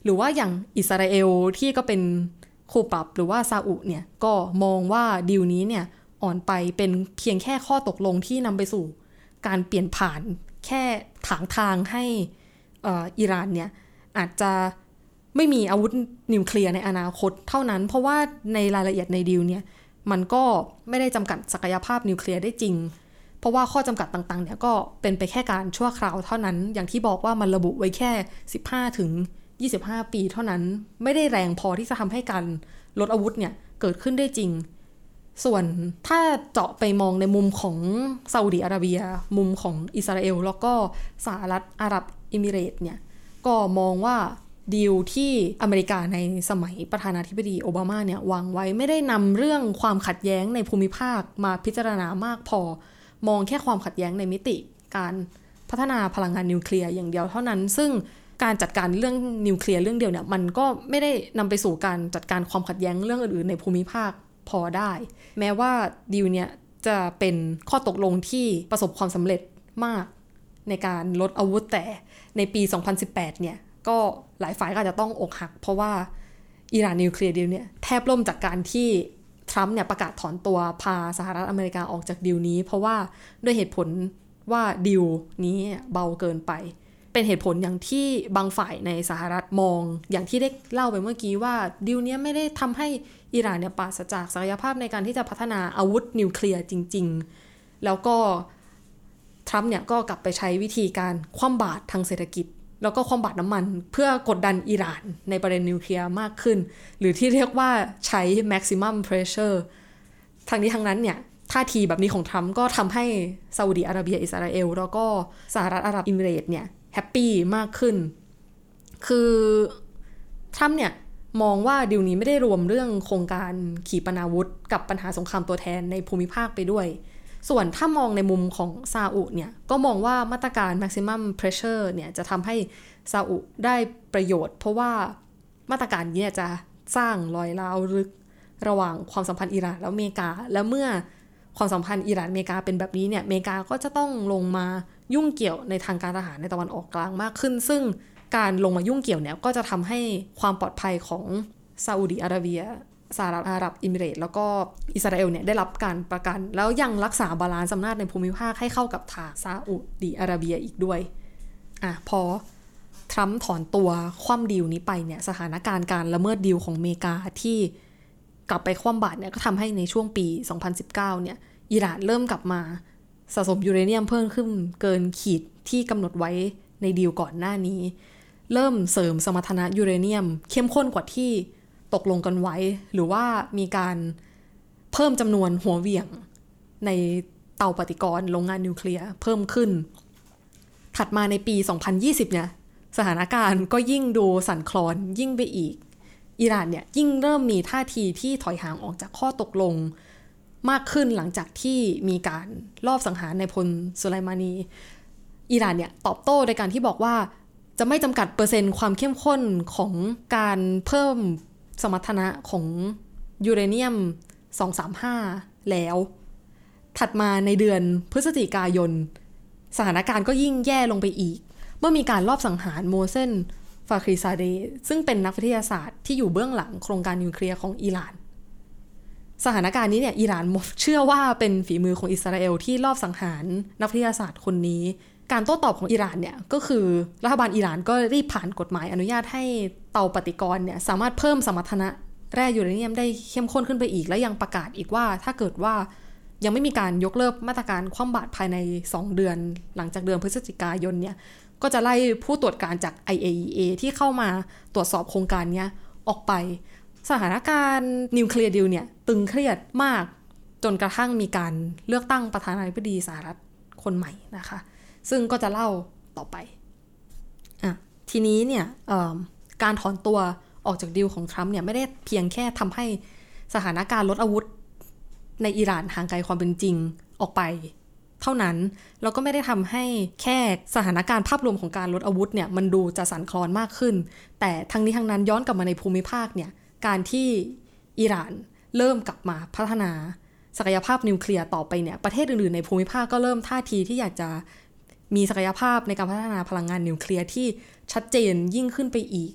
หรือว่าอย่างอิสราเอลที่ก็เป็นคู่ปรับหรือว่าซาอุเนี่ยก็มองว่าดีลนี้เนี่ยอ่อนไปเป็นเพียงแค่ข้อตกลงที่นำไปสู่การเปลี่ยนผ่านแค่ถางทางให้เอ่ออิหร่านเนี่ยอาจจะไม่มีอาวุธนิวเคลียร์ในอนาคตเท่านั้นเพราะว่าในรายละเอียดในดีลเนี่ยมันก็ไม่ได้จำกัดศักยภาพนิวเคลียร์ได้จริงเพราะว่าข้อจำกัดต่างๆเนี่ยก็เป็นไปแค่การชั่วคราวเท่านั้นอย่างที่บอกว่ามันระบุไว้แค่สิบห้าถึงยี่สิบห้าปีเท่านั้นไม่ได้แรงพอที่จะทำให้การลดอาวุธเนี่ยเกิดขึ้นได้จริงส่วนถ้าเจาะไปมองในมุมของซาอุดิอาระเบียมุมของอิสราเอลแล้วก็สหรัฐอาหรับเอมิเรตส์เนี่ยก็มองว่าดีลที่อเมริกาในสมัยประธานาธิบดีโอบามาเนี่ยวางไว้ไม่ได้นำเรื่องความขัดแย้งในภูมิภาคมาพิจารณามากพอมองแค่ความขัดแย้งในมิติการพัฒนาพลังงานนิวเคลียร์อย่างเดียวเท่านั้นซึ่งการจัดการเรื่องนิวเคลียร์เรื่องเดียวเนี่ยมันก็ไม่ได้นำไปสู่การจัดการความขัดแย้งเรื่องอื่นๆในภูมิภาคพอได้แม้ว่าดีลเนี่ยจะเป็นข้อตกลงที่ประสบความสำเร็จมากในการลดอาวุธแต่ในปีสองพันสิบแปดเนี่ยก็หลายฝ่ายก็อาจจะต้องอกหักเพราะว่าอิหร่านนิวเคลียร์ดีลเนี่ยแทบล่มจากการที่ทรัมป์เนี่ยประกาศถอนตัวพาสหรัฐอเมริกาออกจากดีลนี้เพราะว่าด้วยเหตุผลว่าดีลนี้เบาเกินไปเป็นเหตุผลอย่างที่บางฝ่ายในสหรัฐมองอย่างที่ได้เล่าไปเมื่อกี้ว่าดีลนี้ไม่ได้ทำให้อิหร่านเนี่ยปราศจากศักยภาพในการที่จะพัฒนาอาวุธนิวเคลียร์จริงๆแล้วก็ทรัมป์เนี่ยก็กลับไปใช้วิธีการคว่ำบาตรทางเศรษฐกิจแล้วก็คว่ำบาตรน้ำมันเพื่อกดดันอิหร่านในประเด็นนิวเคลียร์มากขึ้นหรือที่เรียกว่าใช้ maximum pressure ทางนี้ทางนั้นเนี่ยท่าทีแบบนี้ของทรัมป์ก็ทำให้ซาอุดิอาระเบียอิสราเอลแล้วก็สหรัฐอาหรับเอมิเรตส์เนี่ยแฮปปี้มากขึ้นคือทรัมป์เนี่ยมองว่าดีลนี้ไม่ได้รวมเรื่องโครงการขีปนาวุธกับปัญหาสงครามตัวแทนในภูมิภาคไปด้วยส่วนถ้ามองในมุมของซาอุเนี่ยก็มองว่ามาตรการ maximum pressure เนี่ยจะทำให้ซาอุได้ประโยชน์เพราะว่ามาตรการนี้จะสร้างรอยร้าวลึกระหว่างความสัมพันธ์อิหร่านและอเมริกาและเมื่อความสัมพันธ์อิหร่านอเมริกาเป็นแบบนี้เนี่ยอเมริกาก็จะต้องลงมายุ่งเกี่ยวในทางการทหารในตะวันออกกลางมากขึ้นซึ่งการลงมายุ่งเกี่ยวเนี่ยก็จะทำให้ความปลอดภัยของซาอุดิอาระเบียสหรัฐอาหรับเอมิเรตส์แล้วก็อิสราเอลเนี่ยได้รับการประกันแล้วยังรักษาบาลานซ์อำนาจในภูมิภาคให้เข้ากับทางซาอุดิอาระเบียอีกด้วยอ่ะพอทรัมป์ถอนตัวคว่ำดีลนี้ไปเนี่ยสถานการณ์การละเมิดดีลของอเมริกาที่กลับไปคว่ำบาตรเนี่ยก็ทำให้ในช่วงปีสองพันสิบเก้าเนี่ยอิหร่านเริ่มกลับมาสะสมยูเรเนียมเพิ่มขึ้นเกินขีดที่กำหนดไว้ในดีลก่อนหน้านี้เริ่มเสริมสมรรถนะยูเรเนียมเข้มข้นกว่าที่ตกลงกันไว้หรือว่ามีการเพิ่มจำนวนหัวเหวี่ยงในเตาปฏิกรณ์โรงงานนิวเคลียร์เพิ่มขึ้นถัดมาในปีสองพันยี่สิบเนี่ยสถานการณ์ก็ยิ่งดูสั่นคลอนยิ่งไปอีกอิหร่านเนี่ยยิ่งเริ่มมีท่าทีที่ถอยห่างออกจากข้อตกลงมากขึ้นหลังจากที่มีการลอบสังหารนายพลสุไลมานีอิหร่านเนี่ยตอบโต้โดยการที่บอกว่าจะไม่จำกัดเปอร์เซ็นต์ความเข้มข้นของการเพิ่มสมรรถนะของยูเรเนียมสองสามห้าแล้วถัดมาในเดือนพฤศจิกายนสถานการณ์ก็ยิ่งแย่ลงไปอีกเมื่อมีการลอบสังหารโมเซนฟาครีซาเดย์ซึ่งเป็นนักวิทยาศาสตร์ที่อยู่เบื้องหลังโครงการนิวเคลียร์ของอิหร่านสถานการณ์นี้เนี่ยอิหร่านเชื่อว่าเป็นฝีมือของอิสราเอลที่ลอบสังหารนักวิทยาศาสตร์คนนี้การโต้ตอบของอิหร่านเนี่ยก็คือรัฐบาลอิหร่านก็รีบผ่านกฎหมายอนุญาตให้เตาปฏิกรณ์เนี่ยสามารถเพิ่มสมรรถนะแร่ยูเรเนียมได้เข้มข้นขึ้นไปอีกและยังประกาศอีกว่าถ้าเกิดว่ายังไม่มีการยกเลิกมาตรการคว่ำบาตรภายในสองเดือนหลังจากเดือนพฤศจิกายนเนี่ยก็จะไล่ผู้ตรวจการจาก ไอ เอ อี เอ ที่เข้ามาตรวจสอบโครงการนี้ออกไปสถานการณ์นิวเคลียร์ดีลเนี่ยตึงเครียดมากจนกระทั่งมีการเลือกตั้งประธานาธิบดีสหรัฐคนใหม่นะคะซึ่งก็จะเล่าต่อไปอ่ะทีนี้เนี่ยการถอนตัวออกจากดีลของทรัมป์เนี่ยไม่ได้เพียงแค่ทำให้สถานการณ์ลดอาวุธในอิหร่านห่างไกลความเป็นจริงออกไปเท่านั้นแล้วก็ไม่ได้ทำให้แค่สถานการณ์ภาพรวมของการลดอาวุธเนี่ยมันดูจะสั่นคลอนมากขึ้นแต่ทั้งนี้ทั้งนั้นย้อนกลับมาในภูมิภาคเนี่ยการที่อิหร่านเริ่มกลับมาพัฒนาศักยภาพนิวเคลียร์ต่อไปเนี่ยประเทศอื่นๆในภูมิภาคก็เริ่มท่าทีที่อยากจะมีศักยภาพในการพัฒนาพลังงานนิวเคลียร์ที่ชัดเจนยิ่งขึ้นไปอีก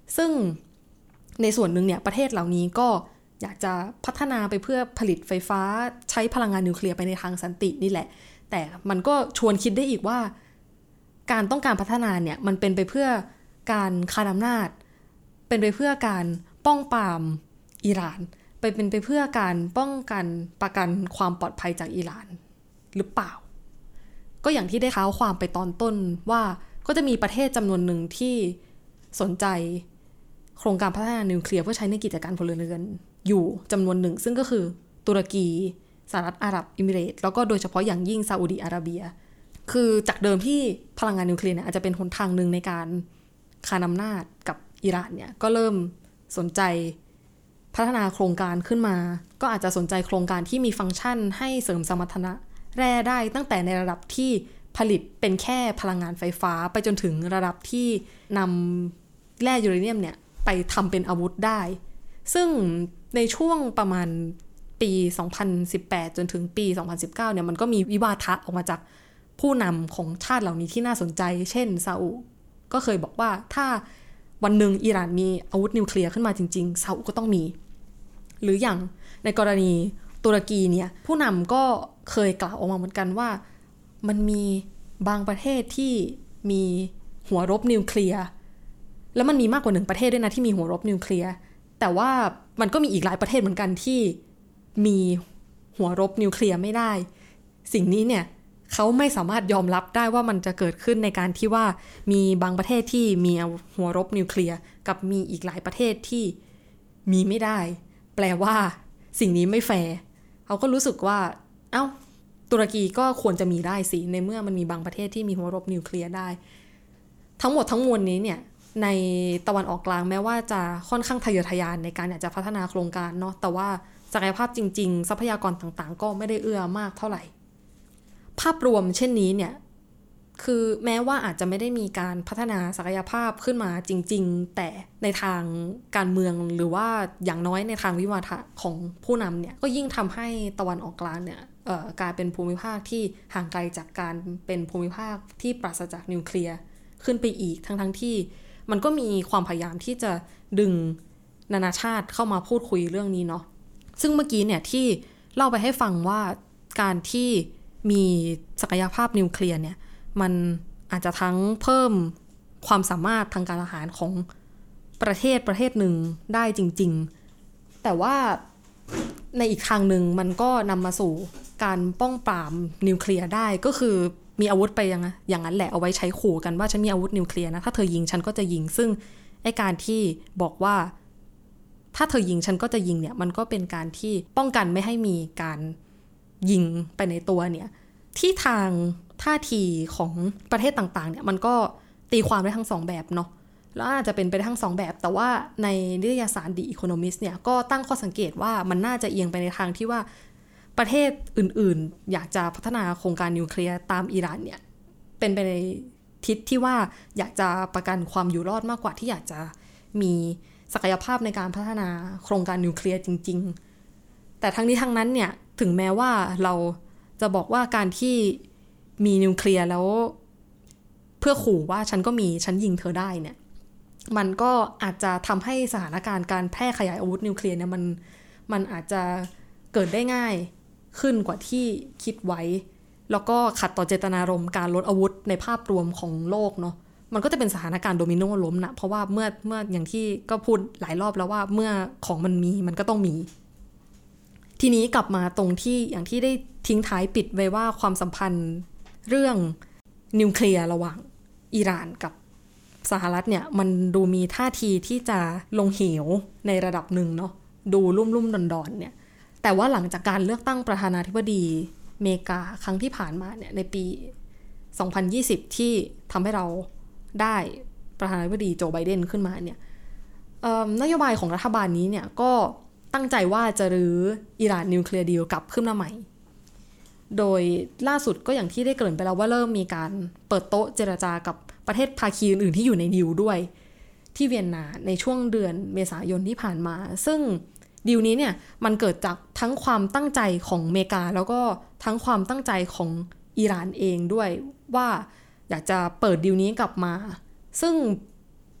ซึ่งในส่วนหนึ่งเนี่ยประเทศเหล่านี้ก็อยากจะพัฒนาไปเพื่อผลิตไฟฟ้าใช้พลังงานนิวเคลียร์ไปในทางสันตินี่แหละแต่มันก็ชวนคิดได้อีกว่าการต้องการพัฒนาเนี่ยมันเป็นไปเพื่อการคานอำนาจเป็นไปเพื่อการป้องปรามอิหร่านไปเป็นไปเพื่อการป้องกันประกันความปลอดภัยจากอิหร่านหรือเปล่าก็อย่างที่ได้เท้าความไปตอนต้นว่าก็จะมีประเทศจำนวนหนึ่งที่สนใจโครงการพัฒนานิวเคลียร์เพื่อใช้ในกิจการพลเรือนอยู่จำนวนหนึ่งซึ่งก็คือตุรกีสหรัฐอาหรับเอมิเรตส์แล้วก็โดยเฉพาะอย่างยิ่งซาอุดิอาระเบียคือจากเดิมที่พลังงานนิวเคลียร์เนี่ยอาจจะเป็นหนทางหนึ่งในการคานอำนาจกับอิหร่านเนี่ยก็เริ่มสนใจพัฒนาโครงการขึ้นมาก็อาจจะสนใจโครงการที่มีฟังก์ชันให้เสริมสมรรถนะแร่ได้ตั้งแต่ในระดับที่ผลิตเป็นแค่พลังงานไฟฟ้าไปจนถึงระดับที่นำแร่ยูเรเนียมเนี่ยไปทำเป็นอาวุธได้ซึ่งในช่วงประมาณปีสองพันสิบแปดจนถึงปีสองพันสิบเก้าเนี่ยมันก็มีวิวาทะออกมาจากผู้นำของชาติเหล่านี้ที่น่าสนใจเช่นซาอุก็เคยบอกว่าถ้าวันหนึ่งอิหร่านมีอาวุธนิวเคลียร์ขึ้นมาจริงๆซาอุก็ต้องมีหรืออย่างในกรณีตุรกีเนี่ยผู้นำก็เคยกล่าวออกมาเหมือนกันว่ามันมีบางประเทศที่มีหัวรบนิวเคลียร์แล้วมันมีมากกว่าหนึ่งประเทศด้วยนะที่มีหัวรบนิวเคลียร์แต่ว่ามันก็มีอีกหลายประเทศเหมือนกันที่มีหัวรบนิวเคลียร์ไม่ได้สิ่งนี้เนี่ยเขาไม่สามารถยอมรับได้ว่ามันจะเกิดขึ้นในการที่ว่ามีบางประเทศที่มีหัวรบนิวเคลียร์กับมีอีกหลายประเทศที่มีไม่ได้แปลว่าสิ่งนี้ไม่แฟร์เขาก็รู้สึกว่าเอ้าตุรกีก็ควรจะมีได้สิในเมื่อมันมีบางประเทศที่มีหัวรบนิวเคลียร์ได้ทั้งหมดทั้งมวลนี้เนี่ยในตะวันออกกลางแม้ว่าจะค่อนข้างทะเยอทะยานในการอยากจะพัฒนาโครงการเนาะแต่ว่าศักยภาพจริงๆทรัพยากรต่างๆก็ไม่ได้เอื้อมากเท่าไหร่ภาพรวมเช่นนี้เนี่ยคือแม้ว่าอาจจะไม่ได้มีการพัฒนาศักยภาพขึ้นมาจริงๆแต่ในทางการเมืองหรือว่าอย่างน้อยในทางวิวาทะของผู้นำเนี่ยก็ยิ่งทำให้ตะวันออกกลางเนี่ยเอ่อกลายเป็นภูมิภาคที่ห่างไกลจากการเป็นภูมิภาคที่ปราศจากนิวเคลียร์ขึ้นไปอีกทั้งๆที่มันก็มีความพยายามที่จะดึงนานาชาติเข้ามาพูดคุยเรื่องนี้เนาะซึ่งเมื่อกี้เนี่ยที่เล่าไปให้ฟังว่าการที่มีศักยภาพนิวเคลียร์เนี่ยมันอาจจะทั้งเพิ่มความสามารถทางการทหารของประเทศประเทศหนึ่งได้จริงๆแต่ว่าในอีกทางหนึ่งมันก็นำมาสู่การป้องปรามนิวเคลียร์ได้ก็คือมีอาวุธไปยังอย่างนั้นแหละเอาไว้ใช้ขู่กันว่าฉันมีอาวุธนิวเคลียร์นะถ้าเธอยิงฉันก็จะยิงซึ่งไอ้การที่บอกว่าถ้าเธอยิงฉันก็จะยิงเนี่ยมันก็เป็นการที่ป้องกันไม่ให้มีการยิงไปในตัวเนี่ยที่ทางท่าทีของประเทศต่างๆเนี่ยมันก็ตีความได้ทั้งสองแบบเนาะแล้วอาจจะเป็นไปได้ทั้งสองแบบแต่ว่าในนิตยสาร The Economist เนี่ยก็ตั้งข้อสังเกตว่ามันน่าจะเอียงไปในทางที่ว่าประเทศอื่นๆอยากจะพัฒนาโครงการนิวเคลียร์ตามอิหร่านเนี่ยเป็นไปในทิศที่ว่าอยากจะประกันความอยู่รอดมากกว่าที่อยากจะมีศักยภาพในการพัฒนาโครงการนิวเคลียร์จริงๆแต่ทั้งนี้ทั้งนั้นเนี่ยถึงแม้ว่าเราจะบอกว่าการที่มีนิวเคลียร์แล้วเพื่อขู่ว่าฉันก็มีฉันยิงเธอได้เนี่ยมันก็อาจจะทำให้สถานการณ์การแพร่ขยายอาวุธนิวเคลียร์เนี่ยมันมันอาจจะเกิดได้ง่ายขึ้นกว่าที่คิดไว้แล้วก็ขัดต่อเจตนารมณ์การลดอาวุธในภาพรวมของโลกเนาะมันก็จะเป็นสถานการณ์โดมิโนล้มนะเพราะว่าเมื่อเมื่ออย่างที่ก็พูดหลายรอบแล้วว่าเมื่อของมันมีมันก็ต้องมีทีนี้กลับมาตรงที่อย่างที่ได้ทิ้งท้ายปิดไว้ว่าความสัมพันธ์เรื่องนิวเคลียร์ระหว่างอิหร่านกับสหรัฐเนี่ยมันดูมีท่าทีที่จะลงเหวในระดับหนึ่งเนาะดูลุ่มๆดอนๆเนี่ยแต่ว่าหลังจากการเลือกตั้งประธานาธิบดีอเมริกาครั้งที่ผ่านมาเนี่ยในปีสองพันยี่สิบที่ทำให้เราได้ประธานาธิบดีโจไบเดนขึ้นมาเนี่ยนโยบายของรัฐบาลนี้เนี่ยก็ตั้งใจว่าจะรื้ออิหร่านนิวเคลียร์ดีลกลับขึ้นมาใหม่โดยล่าสุดก็อย่างที่ได้เกริ่นไปแล้วว่าเริ่มมีการเปิดโต๊ะเจรจากับประเทศภาคีอื่นๆที่อยู่ในดีลด้วยที่เวียนนาในช่วงเดือนเมษายนที่ผ่านมาซึ่งดีลนี้เนี่ยมันเกิดจากทั้งความตั้งใจของอเมริกาแล้วก็ทั้งความตั้งใจของอิหร่านเองด้วยว่าอยากจะเปิดดีลนี้กลับมาซึ่ง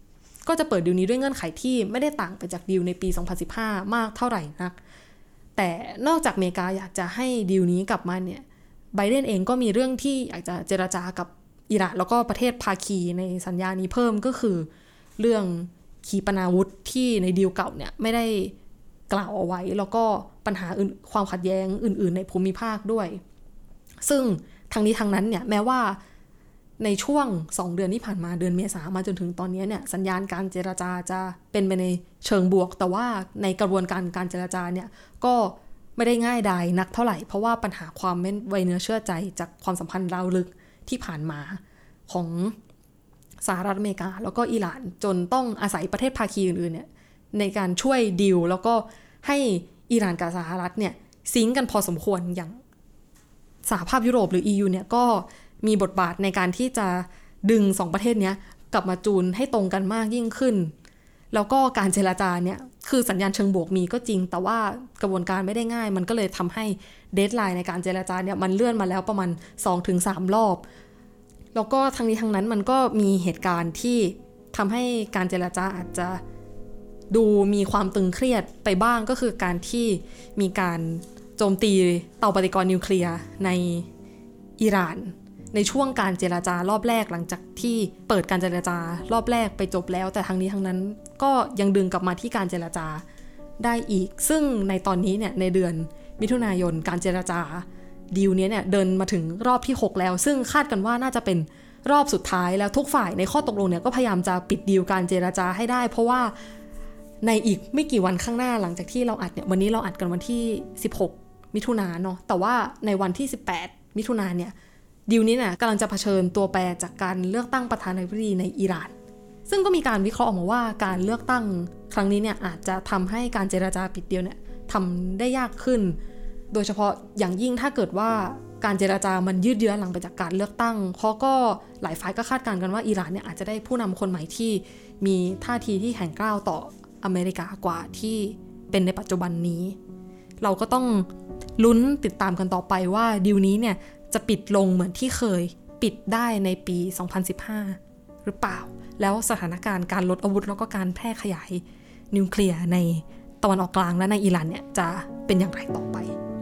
ก็จะเปิดดีลนี้ด้วยเงื่อนไขที่ไม่ได้ต่างไปจากดีลในปีสองพันสิบห้ามากเท่าไหร่นักแต่นอกจากอเมริกาอยากจะให้ดีลนี้กลับมาเนี่ยไบเดนเองก็มีเรื่องที่อยากจะเจรจากับอิหร่านแล้วก็ประเทศภาคีในสัญญานี้เพิ่มก็คือเรื่องขีปนาวุธที่ในดีลเก่าเนี่ยไม่ได้กล่าวเอาไว้แล้วก็ปัญหาความขัดแย้งอื่นๆในภูมิภาคด้วยซึ่งทางนี้ทางนั้นเนี่ยแม้ว่าในช่วงสองเดือนที่ผ่านมาเดือนเมษามาจนถึงตอนนี้เนี่ยสัญญาณการเจรจาจะเป็นไปในเชิงบวกแต่ว่าในกระบวนการการเจรจาเนี่ยก็ไม่ได้ง่ายดายนักเท่าไหร่เพราะว่าปัญหาความไม่ไว้เนื้อเชื่อใจจากความสัมพันธ์ราวลึกที่ผ่านมาของสหรัฐอเมริกาแล้วก็อิหร่านจนต้องอาศัยประเทศภาคีอื่นๆเนี่ยในการช่วยดีลแล้วก็ให้อิหร่านกับสหรัฐเนี่ยซิงค์กันพอสมควรอย่างสหภาพยุโรปหรือ อี ยู เนี่ยก็มีบทบาทในการที่จะดึงสองประเทศนี้กลับมาจูนให้ตรงกันมากยิ่งขึ้นแล้วก็การเจรจาเนี่ยคือสัญญาณเชิงบวกมีก็จริงแต่ว่ากระบวนการไม่ได้ง่ายมันก็เลยทำให้เดดไลน์ในการเจรจาเนี่ยมันเลื่อนมาแล้วประมาณ สองถึงสาม รอบแล้วก็ทั้งนี้ทั้งนั้นมันก็มีเหตุการณ์ที่ทำให้การเจรจาอาจจะดูมีความตึงเครียดไปบ้างก็คือการที่มีการโจมตีเตาปฏิกรณ์นิวเคลียร์ในอิหร่านในช่วงการเจรจารอบแรกหลังจากที่เปิดการเจรจารอบแรกไปจบแล้วแต่ทั้งนี้ทั้งนั้นก็ยังดึงกลับมาที่การเจรจาได้อีกซึ่งในตอนนี้เนี่ยในเดือนมิถุนายนการเจรจาดีลนี้เนี่ยเดินมาถึงรอบที่หกแล้วซึ่งคาดกันว่าน่าจะเป็นรอบสุดท้ายแล้วทุกฝ่ายในข้อตกลงเนี่ยก็พยายามจะปิดดีลการเจรจาให้ได้เพราะว่าในอีกไม่กี่วันข้างหน้าหลังจากที่เราอัดเนี่ยวันนี้เราอัดกันวันที่สิบหกมิถุนายนเนาะแต่ว่าในวันที่สิบแปดมิถุนายนเนี่ยดีลนี้เนี่ยกำลังจะเผชิญตัวแปรจากการเลือกตั้งประธานาธิบดีในอิหร่านซึ่งก็มีการวิเคราะห์ออกมาว่าการเลือกตั้งครั้งนี้เนี่ยอาจจะทำให้การเจรจาปิดดีลเนี่ยทำได้ยากขึ้นโดยเฉพาะอย่างยิ่งถ้าเกิดว่าการเจรจามันยืดเยื้อหลังไปจากการเลือกตั้งเพราะก็หลายฝ่ายก็คาดการณ์กันว่าอิหร่านเนี่ยอาจจะได้ผู้นำคนใหม่ที่มีท่าทีที่แข็งกร้าวต่ออเมริกากว่าที่เป็นในปัจจุบันนี้เราก็ต้องลุ้นติดตามกันต่อไปว่าดีลนี้เนี่ยจะปิดลงเหมือนที่เคยปิดได้ในปีสองพันสิบห้าหรือเปล่าแล้วสถานการณ์การลดอาวุธแล้วก็การแพร่ขยายนิวเคลียร์ในตะวันออกกลางและในอิหร่านเนี่ยจะเป็นอย่างไรต่อไป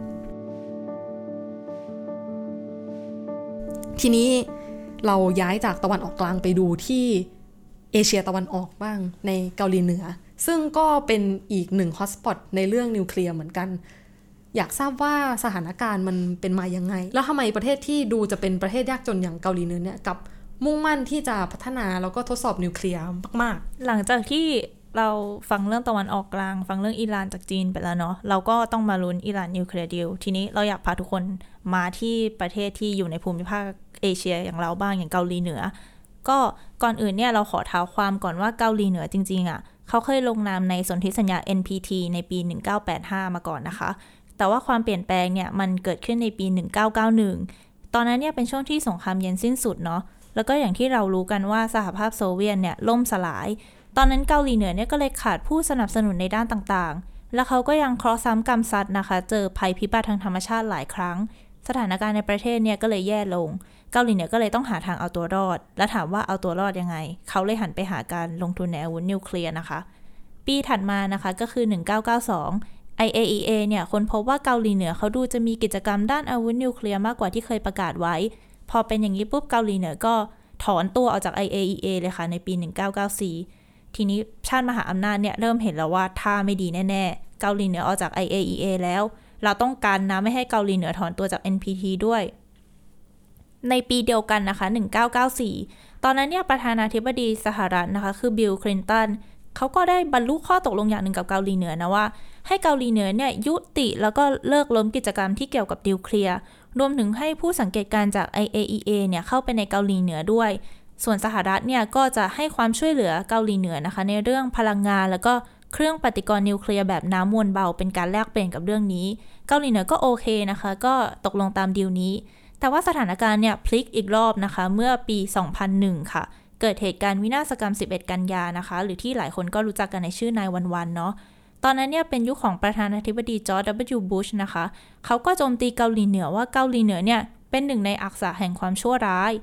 ทีนี้เราย้ายจากตะวันออกกลางไปดูที่เอเชียตะวันออกบ้างในเกาหลีเหนือซึ่งก็เป็นอีกหนึ่งฮอตสปอตในเรื่องนิวเคลียร์เหมือนกันอยากทราบว่าสถานการณ์มันเป็นมายังไงแล้วทำไมประเทศที่ดูจะเป็นประเทศยากจนอย่างเกาหลีเหนือเนี่ยกับมุ่งมั่นที่จะพัฒนาแล้วก็ทดสอบนิวเคลียร์มากๆหลังจากที่เราฟังเรื่องตะวันออกกลางฟังเรื่องอิหร่านจากจีนไปแล้วเนาะเราก็ต้องมาลุ้นอิหร่านนิวเคลียร์ดีลทีนี้เราอยากพาทุกคนมาที่ประเทศที่อยู่ในภูมิภาคเอเชียอย่างเราบ้างอย่างเกาหลีเหนือก็ก่อนอื่นเนี่ยเราขอเท้าความก่อนว่าเกาหลีเหนือจริงๆอ่ะเขาเคยลงนามในสนธิสัญญา เอ็น พี ที ในปีหนึ่งเก้าแปดห้ามาก่อนนะคะแต่ว่าความเปลี่ยนแปลงเนี่ยมันเกิดขึ้นในปีหนึ่งเก้าเก้าหนึ่งตอนนั้นเนี่ยเป็นช่วงที่สงครามเย็นสิ้นสุดเนาะแล้วก็อย่างที่เรารู้กันว่าสหภาพโซเวียตเนี่ยล่มสลายตอนนั้นเกาหลีเหนือเนี่ยก็เลยขาดผู้สนับสนุนในด้านต่างๆแล้วเขาก็ยังเคราะห์ซ้ำกรรมซัดนะคะเจอภัยพิบัติทางธรรมชาติหลายครั้งสถานการณ์ในประเทศเนี่ยก็เลยแย่ลงเกาหลีเหนือก็เลยต้องหาทางเอาตัวรอดและถามว่าเอาตัวรอดยังไงเขาเลยหันไปหาการลงทุนในอาวุธนิวเคลียร์นะคะปีถัดมานะคะก็คือหนึ่งเก้าเก้าสองไอ เอ อี เอ เนี่ยค้นพบว่าเกาหลีเหนือเขาดูจะมีกิจกรรมด้านอาวุธนิวเคลียร์มากกว่าที่เคยประกาศไว้พอเป็นอย่างนี้ปุ๊บเกาหลีเหนือก็ถอนตัวออกจาก ไอ เอ อี เอ เลยค่ะในปีหนึ่งเก้าเก้าสี่ทีนี้ชาติมหาอำนาจเนี่ยเริ่มเห็นแล้วว่าท่าไม่ดีแน่ๆเกาหลีเหนือออกจาก ไอ เอ อี เอ แล้วเราต้องการนะไม่ให้เกาหลีเหนือถอนตัวจาก เอ็น พี ที ด้วยในปีเดียวกันนะคะหนึ่งเก้าเก้าสี่ตอนนั้นเนี่ยประธานาธิบดีสหรัฐนะคะคือบิลคลินตันเขาก็ได้บรรลุข้อตกลงอย่างหนึ่งกับเกาหลีเหนือนะว่าให้เกาหลีเหนือเนี่ยยุติแล้วก็เลิกล้มกิจกรรมที่เกี่ยวกับนิวเคลียร์รวมถึงให้ผู้สังเกตการณ์จาก ไอ เอ อี เอ เนี่ยเข้าไปในเกาหลีเหนือด้วยส่วนสหรัฐเนี่ยก็จะให้ความช่วยเหลือเกาหลีเหนือนะคะในเรื่องพลังงานแล้วก็เครื่องปฏิกรณ์นิวเคลียร์แบบน้ำมวลเบาเป็นการแลกเปลี่ยนกับเรื่องนี้เกาหลีเหนือก็โอเคนะคะก็ตกลงตามดีลนี้แต่ว่าสถานการณ์เนี่ยพลิกอีกรอบนะคะเมื่อปีสองพันหนึ่งค่ะเกิดเหตุการณ์วินาศกรรมสิบเอ็ดกันยานะคะหรือที่หลายคนก็รู้จักกันในชื่อนายวันวันเนาะตอนนั้นเนี่ยเป็นยุคของประธานาธิบดีจอร์จ ดับเบิลยู บุชนะคะเขาก็โจมตีเกาหลีเหนือว่าเกาหลีเหนือเนี่ยเป็นหนึ่งในอักษะแห่งความชั่วร้าย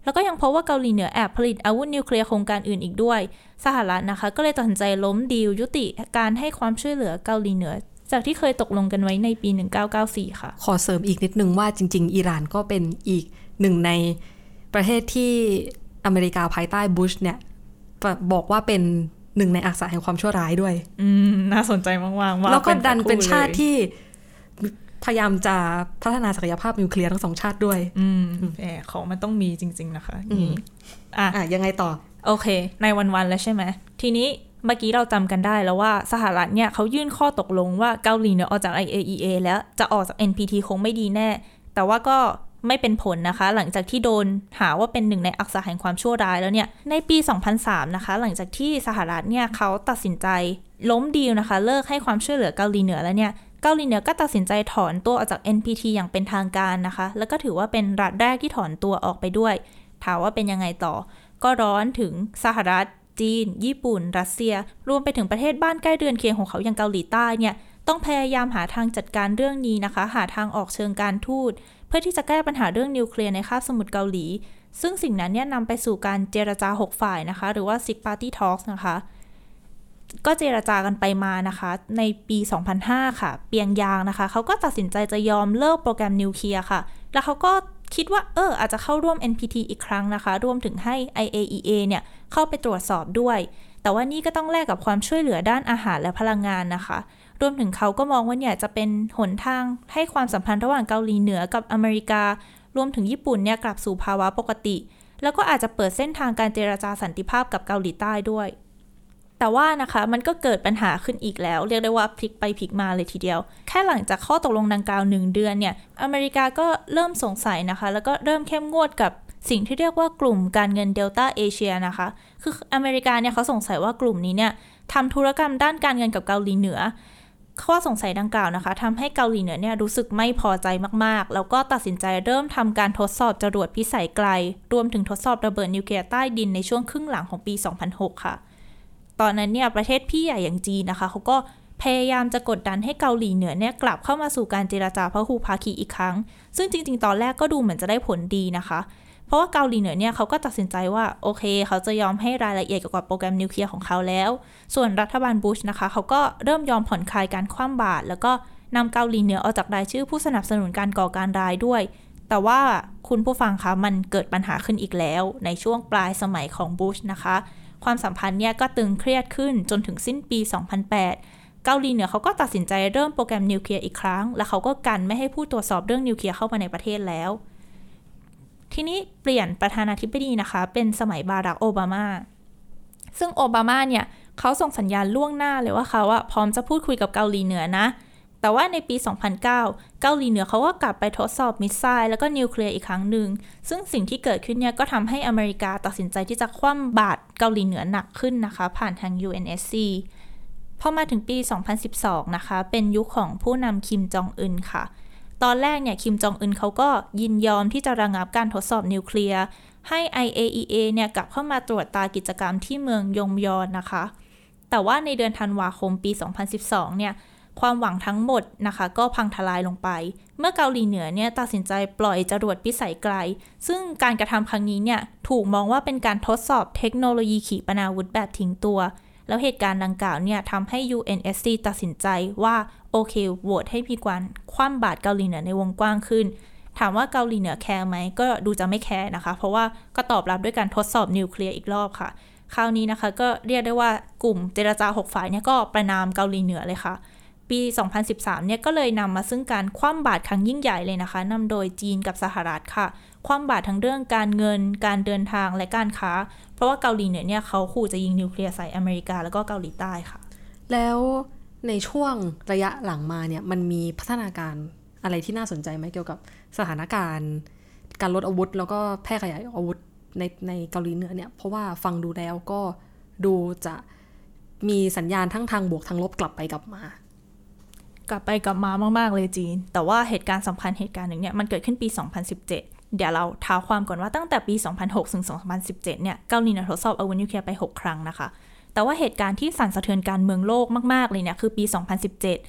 แล้วก็ยังพบว่าเกาหลีเหนือแอบผลิตอาวุธนิวเคลียร์โครงการอื่นอีกด้วยสหรัฐนะคะก็เลยตัดสินใจล้มดีลยุติการให้ความช่วยเหลือเกาหลีเหนือจากที่เคยตกลงกันไว้ในปีหนึ่งเก้าเก้าสี่ค่ะขอเสริมอีกนิดนึงว่าจริงๆอิหร่านก็เป็นอีกหนึ่งในประเทศที่อเมริกาภายใต้บุชเนี่ยบอกว่าเป็นหนึ่งในอักษรแห่งความชั่วร้ายด้วยอืมน่าสนใจมากๆแล้วก็ดันเป็นชาติที่พยายามจะพัฒนาศักยภาพนิวเคลียร์ทั้งสองชาติด้วยอืมแหมของมันต้องมีจริงๆนะคะนี่อ่ะยังไงต่อโอเคในวันๆแล้วใช่ไหมทีนี้เมื่อกี้เราจำกันได้แล้วว่าสหรัฐเนี่ยเขายื่นข้อตกลงว่าเกาหลีเหนือออกจาก ไอ เอ อี เอ แล้วจะออกจาก เอ็น พี ที คงไม่ดีแน่แต่ว่าก็ไม่เป็นผลนะคะหลังจากที่โดนหาว่าเป็นหนึ่งในอักษรแห่งความชั่วร้ายแล้วเนี่ยในปีสองพันสามนะคะหลังจากที่สหรัฐเนี่ยเขาตัดสินใจล้มดีลนะคะเลิกให้ความช่วยเหลือเกาหลีเหนือแล้วเนี่ยเกาหลีเหนือก็ตัดสินใจถอนตัวออกจาก เอ็น พี ที อย่างเป็นทางการนะคะแล้วก็ถือว่าเป็นรัฐแรกที่ถอนตัวออกไปด้วยถามว่าเป็นยังไงต่อก็ร้อนถึงสหรัฐจีนญี่ปุ่นรัสเซียรวมไปถึงประเทศบ้านใกล้เรือนเคียงของเขาอย่างเกาหลีใต้เนี่ยต้องพยายามหาทางจัดการเรื่องนี้นะคะหาทางออกเชิงการทูตเพื่อที่จะแก้ปัญหาเรื่องนิวเคลียร์ในคาบสมุทรเกาหลีซึ่งสิ่งนั้นเนี่ยนำไปสู่การเจรจาหกฝ่ายนะคะหรือว่า Six Party Talks นะคะก็เจรจากันไปมานะคะในปีสองพันห้าค่ะเปียงยางนะคะเขาก็ตัดสินใจจะยอมเลิกโปรแกรมนิวเคลียร์ค่ะแล้วเขาก็คิดว่าเอออาจจะเข้าร่วม เอ็น พี ที อีกครั้งนะคะรวมถึงให้ ไอ เอ อี เอ เนี่ยเข้าไปตรวจสอบด้วยแต่ว่านี่ก็ต้องแลกกับความช่วยเหลือด้านอาหารและพลังงานนะคะรวมถึงเขาก็มองว่าเนี่ยจะเป็นหนทางให้ความสัมพันธ์ระหว่างเกาหลีเหนือกับอเมริการวมถึงญี่ปุ่นเนี่ยกลับสู่ภาวะปกติแล้วก็อาจจะเปิดเส้นทางการเจรจาสันติภาพกับเกาหลีใต้ด้วยแต่ว่านะคะมันก็เกิดปัญหาขึ้นอีกแล้วเรียกได้ว่าพลิกไปพลิกมาเลยทีเดียวแค่หลังจากข้อตกลงดังกล่าวหนึ่งเดือนเนี่ยอเมริกาก็เริ่มสงสัยนะคะแล้วก็เริ่มเข้มงวดกับสิ่งที่เรียกว่ากลุ่มการเงินเดลต้าเอเชียนะคะคืออเมริกาเนี่ยเขาสงสัยว่ากลุ่มนี้เนี่ยทำธุรกรรมด้านการเงินกับเกาหลีเหนือข้อสงสัยดังกล่าวนะคะทำให้เกาหลีเหนือเนี่ยรู้สึกไม่พอใจมากๆแล้วก็ตัดสินใจเริ่มทำการทดสอบจรวดพิสัยไกลรวมถึงทดสอบระเบิดนิวเคลียร์ใต้ดินในช่วงครึ่งหลังของปีสองพันหกค่ะตอนนั้นเนี่ยประเทศพี่ใหญ่อย่างจีนนะคะเขาก็พยายามจะกดดันให้เกาหลีเหนือเนี่ยกลับเข้ามาสู่การเจรจาพหุภาคีอีกครั้งซึ่งจริงๆตอนแรกก็ดูเหมือนจะได้ผลดีนะคะเพราะว่าเกาหลีเหนือเนี่ยเขาก็ตัดสินใจว่าโอเคเขาจะยอมให้รายละเอียดเกี่ยวกับโปรแกรมนิวเคลียร์ของเขาแล้วส่วนรัฐบาลบุชนะคะเขาก็เริ่มยอมผ่อนคลายการคว่ำบาตรแล้วก็นำเกาหลีเหนือออกจากรายชื่อผู้สนับสนุนการก่อการร้ายด้วยแต่ว่าคุณผู้ฟังคะมันเกิดปัญหาขึ้นอีกแล้วในช่วงปลายสมัยของบุชนะคะความสัมพันธ์เนี่ยก็ตึงเครียดขึ้นจนถึงสิ้นปีสองพันแปดเกาหลีเหนือเขาก็ตัดสินใจเริ่มโปรแกรมนิวเคลียร์อีกครั้งและเขาก็กันไม่ให้ผู้ตรวจสอบเรื่องนิวเคลียร์เข้ามาในประเทศแล้วทีนี้เปลี่ยนประธานาธิบดีนะคะเป็นสมัยบารักโอบามาซึ่งโอบามาเนี่ยเขาส่งสัญญาณล่วงหน้าเลยว่าเขาอะพร้อมจะพูดคุยกับเกาหลีเหนือนะแต่ว่าในปีสองพันเก้าเกาหลีเหนือเขาก็กลับไปทดสอบมิสไซล์แล้วก็นิวเคลียร์อีกครั้งหนึ่งซึ่งสิ่งที่เกิดขึ้นเนี่ยก็ทำให้อเมริกาตัดสินใจที่จะคว่ำบาตรเกาหลีเหนือหนักขึ้นนะคะผ่านทาง ยู เอ็น เอส ซี พอมาถึงปีสองพันสิบสองนะคะเป็นยุคของผู้นำคิมจองอึนค่ะตอนแรกเนี่ยคิมจองอึนเขาก็ยินยอมที่จะระงับการทดสอบนิวเคลียร์ให้ ไอ เอ อี เอ เนี่ยกลับเข้ามาตรวจตากิจกรรมที่เมืองยงยอนนะคะแต่ว่าในเดือนธันวาคมปีสองพันสิบสองเนี่ยความหวังทั้งหมดนะคะก็พังทลายลงไปเมื่อเกาหลีเหนือเนี่ยตัดสินใจปล่อยจรวดพิสัยไกลซึ่งการกระทำครั้งนี้เนี่ยถูกมองว่าเป็นการทดสอบเทคโนโลยีขีปนาวุธแบบทิ้งตัวแล้วเหตุการณ์ดังกล่าวเนี่ยทำให้ ยู เอ็น เอส ซี ตัดสินใจว่าโอเคโหวตให้มีการคว่ำบาตรเกาหลีเหนือในวงกว้างขึ้นถามว่าเกาหลีเหนือแคร์ไหมก็ดูจะไม่แคร์นะคะเพราะว่าก็ตอบรับด้วยการทดสอบนิวเคลียร์อีกรอบค่ะคราวนี้นะคะก็เรียกได้ว่ากลุ่มเจรจาหกฝ่ายเนี่ยก็ประณามเกาหลีเหนือเลยค่ะปีสองพันสิบสามเนี่ยก็เลยนำมาซึ่งการคว่ำบาตรครั้งยิ่งใหญ่เลยนะคะนำโดยจีนกับสหรัฐค่ะคว่ำบาตรทั้งเรื่องการเงินการเดินทางและการค้าเพราะว่าเกาหลีเหนือเนี่ยเขาขู่จะยิงนิวเคลียร์ใส่อเมริกาแล้วก็เกาหลีใต้ค่ะแล้วในช่วงระยะหลังมาเนี่ยมันมีพัฒนาการอะไรที่น่าสนใจไหมเกี่ยวกับสถานการณ์การลดอาวุธแล้วก็แพร่ขยายอาวุธในในเกาหลีเหนือเนี่ยเพราะว่าฟังดูแล้วก็ดูจะมีสัญญาณทั้งทางบวกทางลบกลับไปกลับมากลับไปกลับมามากๆเลยจีนแต่ว่าเหตุการณ์สำคัญเหตุการณ์หนึ่งเนี่ยมันเกิดขึ้นปีสองพันสิบเจ็ดเดี๋ยวเราเท้าความก่อนว่าตั้งแต่ปีสองพันหกถึงสองพันสิบเจ็ดเนี่ยเกาหลีเหนือทดสอบอาวุธนิวเคลียร์ไปหกครั้งนะคะแต่ว่าเหตุการณ์ที่สั่นสะเทือนการเมืองโลกมากๆเลยเนี่ยคือปีสองพันสิบเจ็ด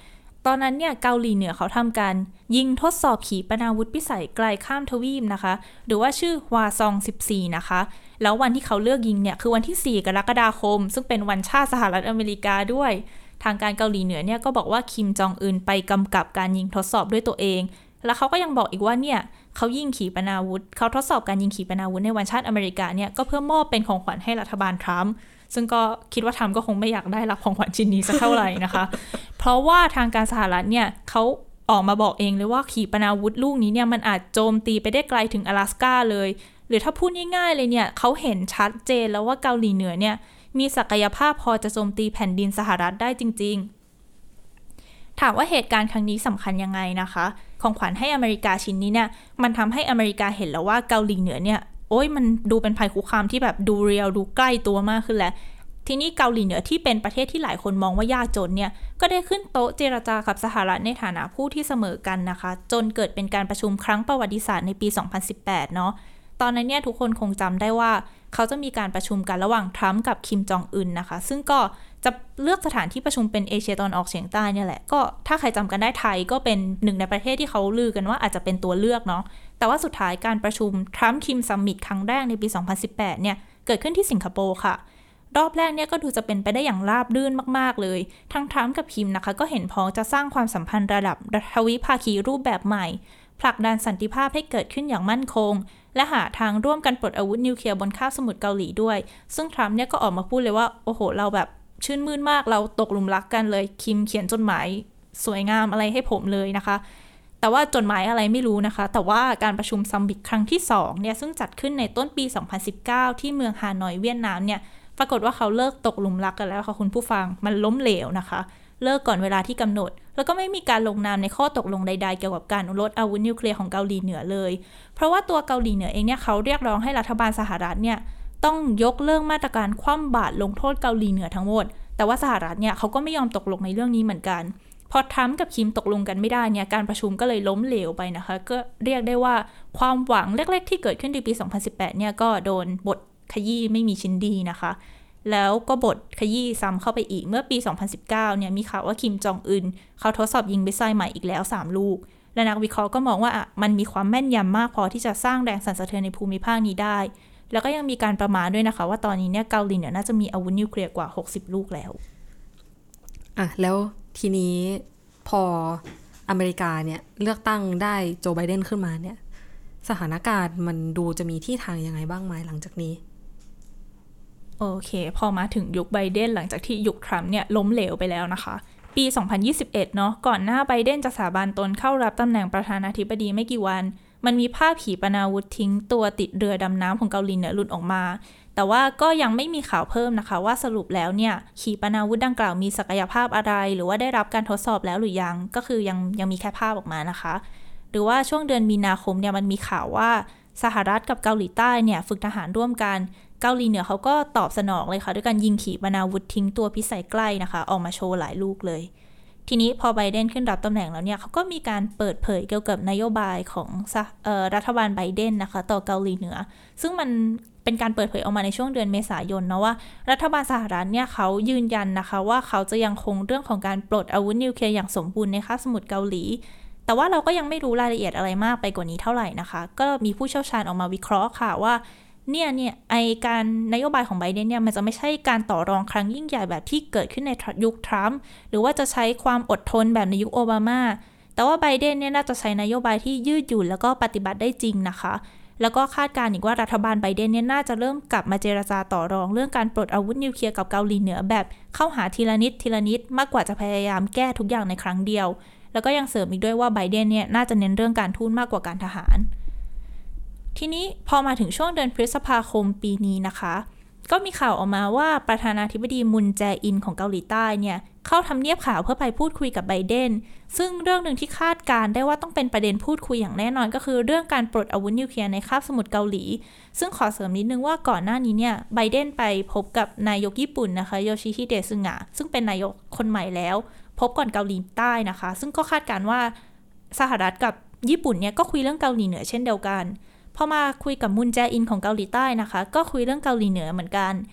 ตอนนั้นเนี่ยเกาหลีเหนือเขาทำการยิงทดสอบขีปนาวุธพิสัยไกลข้ามทวีปนะคะหรือว่าชื่อฮวาซองสิบสี่นะคะแล้ววันที่เขาเลือกยิงเนี่ยคือวันที่สี่กรกฎาคมซึ่งเป็นวันชาติสหรัฐอเมริกาด้วยทางการเกาหลีเหนือเนี่ยก็บอกว่าคิมจองอึนไปกำกับการยิงทดสอบด้วยตัวเองแล้วเขาก็ยังบอกอีกว่าเนี่ยเขายิงขีปนาวุธเขาทดสอบการยิงขีปนาวุธในวันชาติอเมริกาเนี่ยก็เพื่อมอบเป็นของขวัญให้รัฐบาลทรัมป์ซึ่งก็คิดว่าทรัมป์ก็คงไม่อยากได้รับของขวัญชิ้นนี้สักเท่าไหร่นะคะ เพราะว่าทางการสหรัฐเนี่ยเขาออกมาบอกเองเลยว่าขีปนาวุธลูกนี้เนี่ยมันอาจโจมตีไปได้ไกลถึง阿拉斯ก้าเลยหรือถ้าพูดง่ายๆเลยเนี่ยเขาเห็นชัดเจนแล้วว่าเกาหลีเหนือเนี่ยมีศักยภาพพอจะโจมตีแผ่นดินสหรัฐได้จริงๆถามว่าเหตุการณ์ครั้งนี้สำคัญยังไงนะคะของขวัญให้อเมริกาชิ้นนี้เนี่ยมันทำให้อเมริกาเห็นแล้วว่าเกาหลีเหนือเนี่ยโอ้ยมันดูเป็นภัยคุกคามที่แบบดูเรียลดูใกล้ตัวมากขึ้นแล้วทีนี้เกาหลีเหนือที่เป็นประเทศที่หลายคนมองว่ายากจนเนี่ยก็ได้ขึ้นโต๊ะเจรจากับสหรัฐในฐานะผู้ที่เสมอกันนะคะจนเกิดเป็นการประชุมครั้งประวัติศาสตร์ในปีสองพันสิบแปดเนาะตอนนั้นเนี่ยทุกคนคงจำได้ว่าเขาจะมีการประชุมกันระหว่างทรัมป์กับคิมจองอึนนะคะซึ่งก็จะเลือกสถานที่ประชุมเป็นเอเชียตะวันออกเฉียงใต้เนี่ยแหละก็ถ้าใครจำกันได้ไทยก็เป็นหนึ่งในประเทศที่เขาลือกันว่าอาจจะเป็นตัวเลือกเนาะแต่ว่าสุดท้ายการประชุมทรัมป์คิมซัมมิตครั้งแรกในปีสองพันสิบแปดเนี่ยเกิดขึ้นที่สิงคโปร์ค่ะรอบแรกเนี่ยก็ดูจะเป็นไปได้อย่างราบรื่นมากๆเลยทั้งทรัมป์กับคิมนะคะก็เห็นพ้องจะสร้างความสัมพันธ์ระดับทวิภาคีรูปแบบใหม่ผลักดันสันติภาพให้เกิดขึ้นอย่างมั่นคงและหาทางร่วมกันปลดอาวุธนิวเคลียร์บนคาบสมุทรเกาหลีด้วยซึ่งทรัมป์เนี่ยก็ออกมาพูดเลยว่าโอ้โหเราแบบชื่นมื่นมากเราตกหลุมรักกันเลยคิมเขียนจดหมายสวยงามอะไรให้ผมเลยนะคะแต่ว่าจดหมายอะไรไม่รู้นะคะแต่ว่าการประชุมซัมมิตครั้งที่สองเนี่ยซึ่งจัดขึ้นในต้นปีสองพันสิบเก้าที่เมืองฮานอยเวียดนามเนี่ยปรากฏว่าเขาเลิกตกหลุมรักกันแล้วค่ะคุณผู้ฟังมันล้มเหลวนะคะเลิกก่อนเวลาที่กำหนดแล้วก็ไม่มีการลงนามในข้อตกลงใดๆเกี่ยวกับการลดอาวุธนิวเคลียร์ของเกาหลีเหนือเลยเพราะว่าตัวเกาหลีเหนือเองเนี่ยเขาเรียกร้องให้รัฐบาลสหรัฐเนี่ยต้องยกเลิกมาตรการคว่ำบาตรลงโทษเกาหลีเหนือทั้งหมดแต่ว่าสหรัฐเนี่ยเขาก็ไม่ยอมตกลงในเรื่องนี้เหมือนกันพอทรัมป์กับคิมตกลงกันไม่ได้เนี่ยการประชุมก็เลยล้มเหลวไปนะคะก็เรียกได้ว่าความหวังเล็กๆที่เกิดขึ้นในปีสองพันสิบแปดเนี่ยก็โดนบทขยี้ไม่มีชิ้นดีนะคะแล้วก็บทขยี้ซ้ำเข้าไปอีกเมื่อปีสองพันสิบเก้าเนี่ยมีข่าวว่าคิมจองอึนเขาทดสอบยิงมิสไซล์ใหม่อีกแล้วสามลูกและนักวิเคราะห์ก็มองว่ามันมีความแม่นยำมากพอที่จะสร้างแรงสั่นสะเทือนในภูมิภาคนี้ได้แล้วก็ยังมีการประมาณด้วยนะคะว่าตอนนี้เนี่ยเกาหลีเหนือน่าจะมีอาวุธนิวเคลียร์กว่าหกสิบลูกแล้วอ่ะแล้วทีนี้พออเมริกาเนี่ยเลือกตั้งได้โจไบเดนขึ้นมาเนี่ยสถานการณ์มันดูจะมีที่ทางยังไงบ้างไหมหลังจากนี้โอเคพอมาถึงยุคไบเดนหลังจากที่ยุคทรัมป์เนี่ยล้มเหลวไปแล้วนะคะปีสองพันยี่สิบเอ็ดเนาะก่อนหน้าไบเดนจะสาบานตนเข้ารับตำแหน่งประธานาธิบดีไม่กี่วันมันมีภาพขีปนาวุธทิ้งตัวติดเรือดำน้ำของเกาหลีเหนือหลุดออกมาแต่ว่าก็ยังไม่มีข่าวเพิ่มนะคะว่าสรุปแล้วเนี่ยขีปนาวุธดังกล่าวมีศักยภาพอะไรหรือว่าได้รับการทดสอบแล้วหรือยังก็คือยังยังมีแค่ภาพออกมานะคะหรือว่าช่วงเดือนมีนาคมเนี่ยมันมีข่าวว่าสหรัฐกับเกาหลีใต้เนี่ยฝึกทหารร่วมกันเกาหลีเหนือเขาก็ตอบสนองเลยค่ะด้วยการยิงขีปนาวุธทิ้งตัวพิสัยใกล้นะคะออกมาโชว์หลายลูกเลยทีนี้พอไบเดนขึ้นรับตำแหน่งแล้วเนี่ยเขาก็มีการเปิดเผยเกี่ยวกับนโยบายของเอ่อรัฐบาลไบเดนนะคะต่อเกาหลีเหนือซึ่งมันเป็นการเปิดเผยออกมาในช่วงเดือนเมษายนนะว่ารัฐบาลสหรัฐเนี่ยเขายืนยันนะคะว่าเขาจะยังคงเรื่องของการปลดอาวุธนิวเคลียร์อย่างสมบูรณ์ในคาบสมุทรเกาหลีแต่ว่าเราก็ยังไม่รู้รายละเอียดอะไรมากไปกว่านี้เท่าไหร่นะคะก็มีผู้เชี่ยวชาญออกมาวิเคราะห์ค่ะว่าเนี่ยเนี่ยไอการนโยบายของไบเดนเนี่ยมันจะไม่ใช่การต่อรองครั้งยิ่งใหญ่แบบที่เกิดขึ้นในยุคทรัมป์หรือว่าจะใช้ความอดทนแบบในยุคโอบามาแต่ว่าไบเดนเนี่ยน่าจะใช้นโยบายที่ยืดหยุ่นแล้วก็ปฏิบัติได้จริงนะคะแล้วก็คาดการณ์อีกว่ารัฐบาลไบเดนเนี่ยน่าจะเริ่มกลับมาเจรจาต่อรองเรื่องการปลดอาวุธนิวเคลียร์กับเกาหลีเหนือแบบเข้าหาทีละนิดทีละนิดมากกว่าจะพยายามแก้ทุกอย่างในครั้งเดียวแล้วก็ยังเสริมอีกด้วยว่าไบเดนเนี่ยน่าจะเน้นเรื่องการทูตมากกว่าการทหารทีนี้พอมาถึงช่วงเดือนพฤษภาคมปีนี้นะคะก็มีข่าวออกมาว่าประธานาธิบดีมุนแจอินของเกาหลีใต้เนี่ยเข้าทำเนียบขาวเพื่อไปพูดคุยกับไบเดนซึ่งเรื่องหนึ่งที่คาดการได้ว่าต้องเป็นประเด็นพูดคุยอย่างแน่นอนก็คือเรื่องการปลดอาวุธนิวเคลียร์ในคาบสมุทรเกาหลีซึ่งขอเสริมนิดนึงว่าก่อนหน้านี้เนี่ยไบเดนไปพบกับนายกญี่ปุ่นนะคะโยชิฮิเดะซึงะซึ่งเป็นนายกคนใหม่แล้วพบก่อนเกาหลีใต้นะคะซึ่งก็คาดการว่าสหรัฐกับญี่ปุ่นเนี่ยก็คุยเรื่องเกาหลีเหนือเช่นเดียวกันพอมาคุยกับมุนแจอินของเกาหลีใต้นะคะก็คุยเรื่องเกาหลีเหนือเหมือนกัน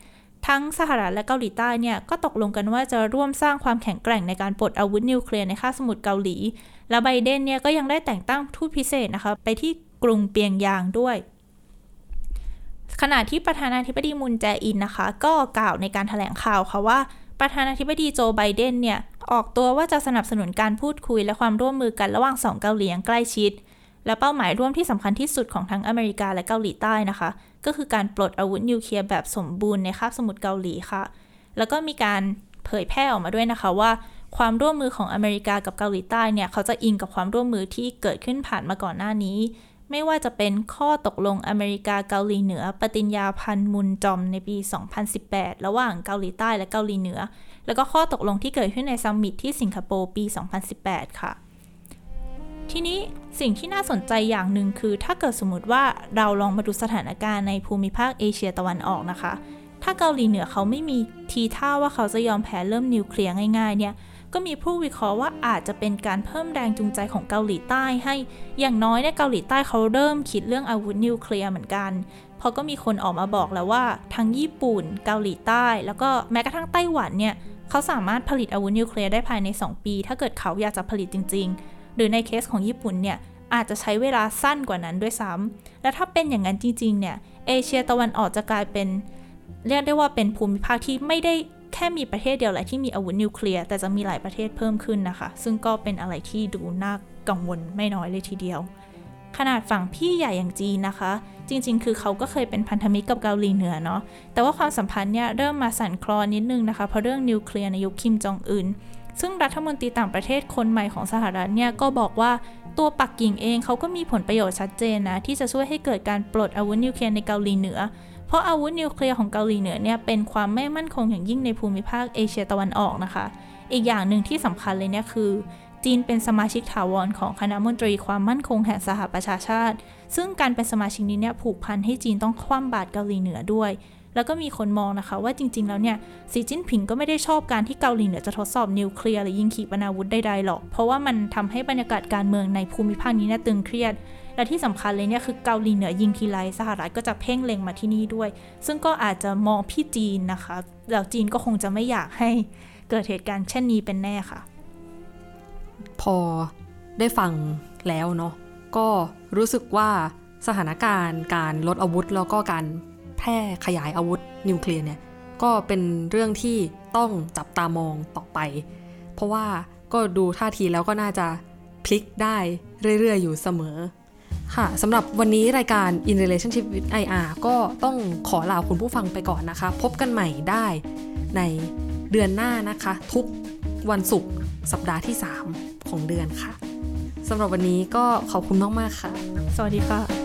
ทั้งสหรัฐและเกาหลีใต้เนี่ยก็ตกลงกันว่าจะร่วมสร้างความแข็งแกร่งในการปลดอาวุธนิวเคลียร์ในคาบสมุทรเกาหลีและไบเดนเนี่ยก็ยังได้แต่งตั้งทูตพิเศษนะคะไปที่กรุงเปียงยางด้วยขณะที่ประธานาธิบดีมุนแจอินนะคะก็กล่าวในการแถลงข่าวค่ะว่าประธานาธิบดีโจไบเดนเนี่ยออกตัวว่าจะสนับสนุนการพูดคุยและความร่วมมือกันระหว่างสองเกาหลีอย่างใกล้ชิดและเป้าหมายร่วมที่สำคัญที่สุดของทั้งอเมริกาและเกาหลีใต้นะคะก็คือการปลดอาวุธนิวเคลียร์แบบสมบูรณ์ในคาบสมุทรเกาหลีค่ะแล้วก็มีการเผยแพร่ออกมาด้วยนะคะว่าความร่วมมือของอเมริกากับเกาหลีใต้เนี่ยเขาจะอิงกับความร่วมมือที่เกิดขึ้นผ่านมาก่อนหน้านี้ไม่ว่าจะเป็นข้อตกลงอเมริกาเกาหลีเหนือปฏิญญาพันมุนจอมในปีสองพันสิบแปดระหว่างเกาหลีใต้และเกาหลีเหนือแล้วก็ข้อตกลงที่เกิดขึ้นในซัมมิตที่สิงคโปร์ปีสองพันสิบแปดค่ะทีนี้สิ่งที่น่าสนใจอย่างหนึ่งคือถ้าเกิดสมมติว่าเราลองมาดูสถานการณ์ในภูมิภาคเอเชียตะวันออกนะคะถ้าเกาหลีเหนือเขาไม่มีทีท่าว่าเขาจะยอมแพ้เริ่มนิวเคลียร์ง่ายๆเนี่ยก็มีผู้วิเคราะห์ว่าอาจจะเป็นการเพิ่มแรงจูงใจของเกาหลีใต้ให้อย่างน้อยเนี่ยเกาหลีใต้เขาเริ่มคิดเรื่องอาวุธนิวเคลียร์เหมือนกันเพราะก็มีคนออกมาบอกแล้วว่าทั้งญี่ปุ่นเกาหลีใต้แล้วก็แม้กระทั่งไต้หวันเนี่ยเขาสามารถผลิตอาวุธนิวเคลียร์ได้ภายในสองปีถ้าเกิดเขาอยากจะผลิตจริงๆหรือในเคสของญี่ปุ่นเนี่ยอาจจะใช้เวลาสั้นกว่านั้นด้วยซ้ำและถ้าเป็นอย่างนั้นจริงๆเนี่ยเอเชียตะวันออกจะกลายเป็นเรียกได้ว่าเป็นภูมิภาคที่ไม่ได้แค่มีประเทศเดียวแหละที่มีอาวุธนิวเคลียร์แต่จะมีหลายประเทศเพิ่มขึ้นนะคะซึ่งก็เป็นอะไรที่ดูน่ากังวลไม่น้อยเลยทีเดียวขนาดฝั่งพี่ใหญ่อย่างจีนนะคะจริงๆคือเขาก็เคยเป็นพันธมิตรกับเกาหลีเหนือเนาะแต่ว่าความสัมพันธ์เนี่ยเริ่มมาสั่นคลอนนิดนึงนะคะเพราะเรื่องนิวเคลียร์ในยุคคิมจองอึนซึ่งรัฐมนตรีต่างประเทศคนใหม่ของสหรัฐเนี่ยก็บอกว่าตัวปักกิ่งเองเขาก็มีผลประโยชน์ชัดเจนนะที่จะช่วยให้เกิดการปลดอาวุธนิวเคลียร์ในเกาหลีเหนือเพราะอาวุธนิวเคลียร์ของเกาหลีเหนือเนี่ยเป็นความไม่มั่นคงอย่างยิ่งในภูมิภาคเอเชียตะวันออกนะคะอีกอย่างหนึ่งที่สำคัญเลยเนี่ยคือจีนเป็นสมาชิกถาวรของคณะมนตรีความมั่นคงแห่งสหประชาชาติซึ่งการเป็นสมาชิกนี้เนี่ยผูกพันให้จีนต้องคว่ำบาตรเกาหลีเหนือด้วยแล้วก็มีคนมองนะคะว่าจริงๆแล้วเนี่ยสีจิ้นผิงก็ไม่ได้ชอบการที่เกาหลีเหนือจะทดสอบนิวเคลียร์หรือยิงขีปนาวุธใดๆหรอกเพราะว่ามันทำให้บรรยากาศการเมืองในภูมิภาคนี้เนี่ยตึงเครียดและที่สำคัญเลยเนี่ยคือเกาหลีเหนือยิงทีไรสหรัฐก็จะเพ่งเล็งมาที่นี่ด้วยซึ่งก็อาจจะมองพี่จีนนะคะแล้วจีนก็คงจะไม่อยากให้เกิดเหตุการณ์เช่นนี้เป็นแน่ค่ะพอได้ฟังแล้วเนาะก็รู้สึกว่าสถานการณ์การลดอาวุธแล้วก็การแพร่ขยายอาวุธนิวเคลียร์เนี่ยก็เป็นเรื่องที่ต้องจับตามองต่อไปเพราะว่าก็ดูท่าทีแล้วก็น่าจะพลิกได้เรื่อยๆอยู่เสมอค่ะสำหรับวันนี้รายการ In Relationship with ไอ อาร์ ก็ต้องขอลาคุณผู้ฟังไปก่อนนะคะพบกันใหม่ได้ในเดือนหน้านะคะทุกวันศุกร์สัปดาห์ที่สามของเดือนค่ะสำหรับวันนี้ก็ขอบคุณมากๆค่ะสวัสดีค่ะ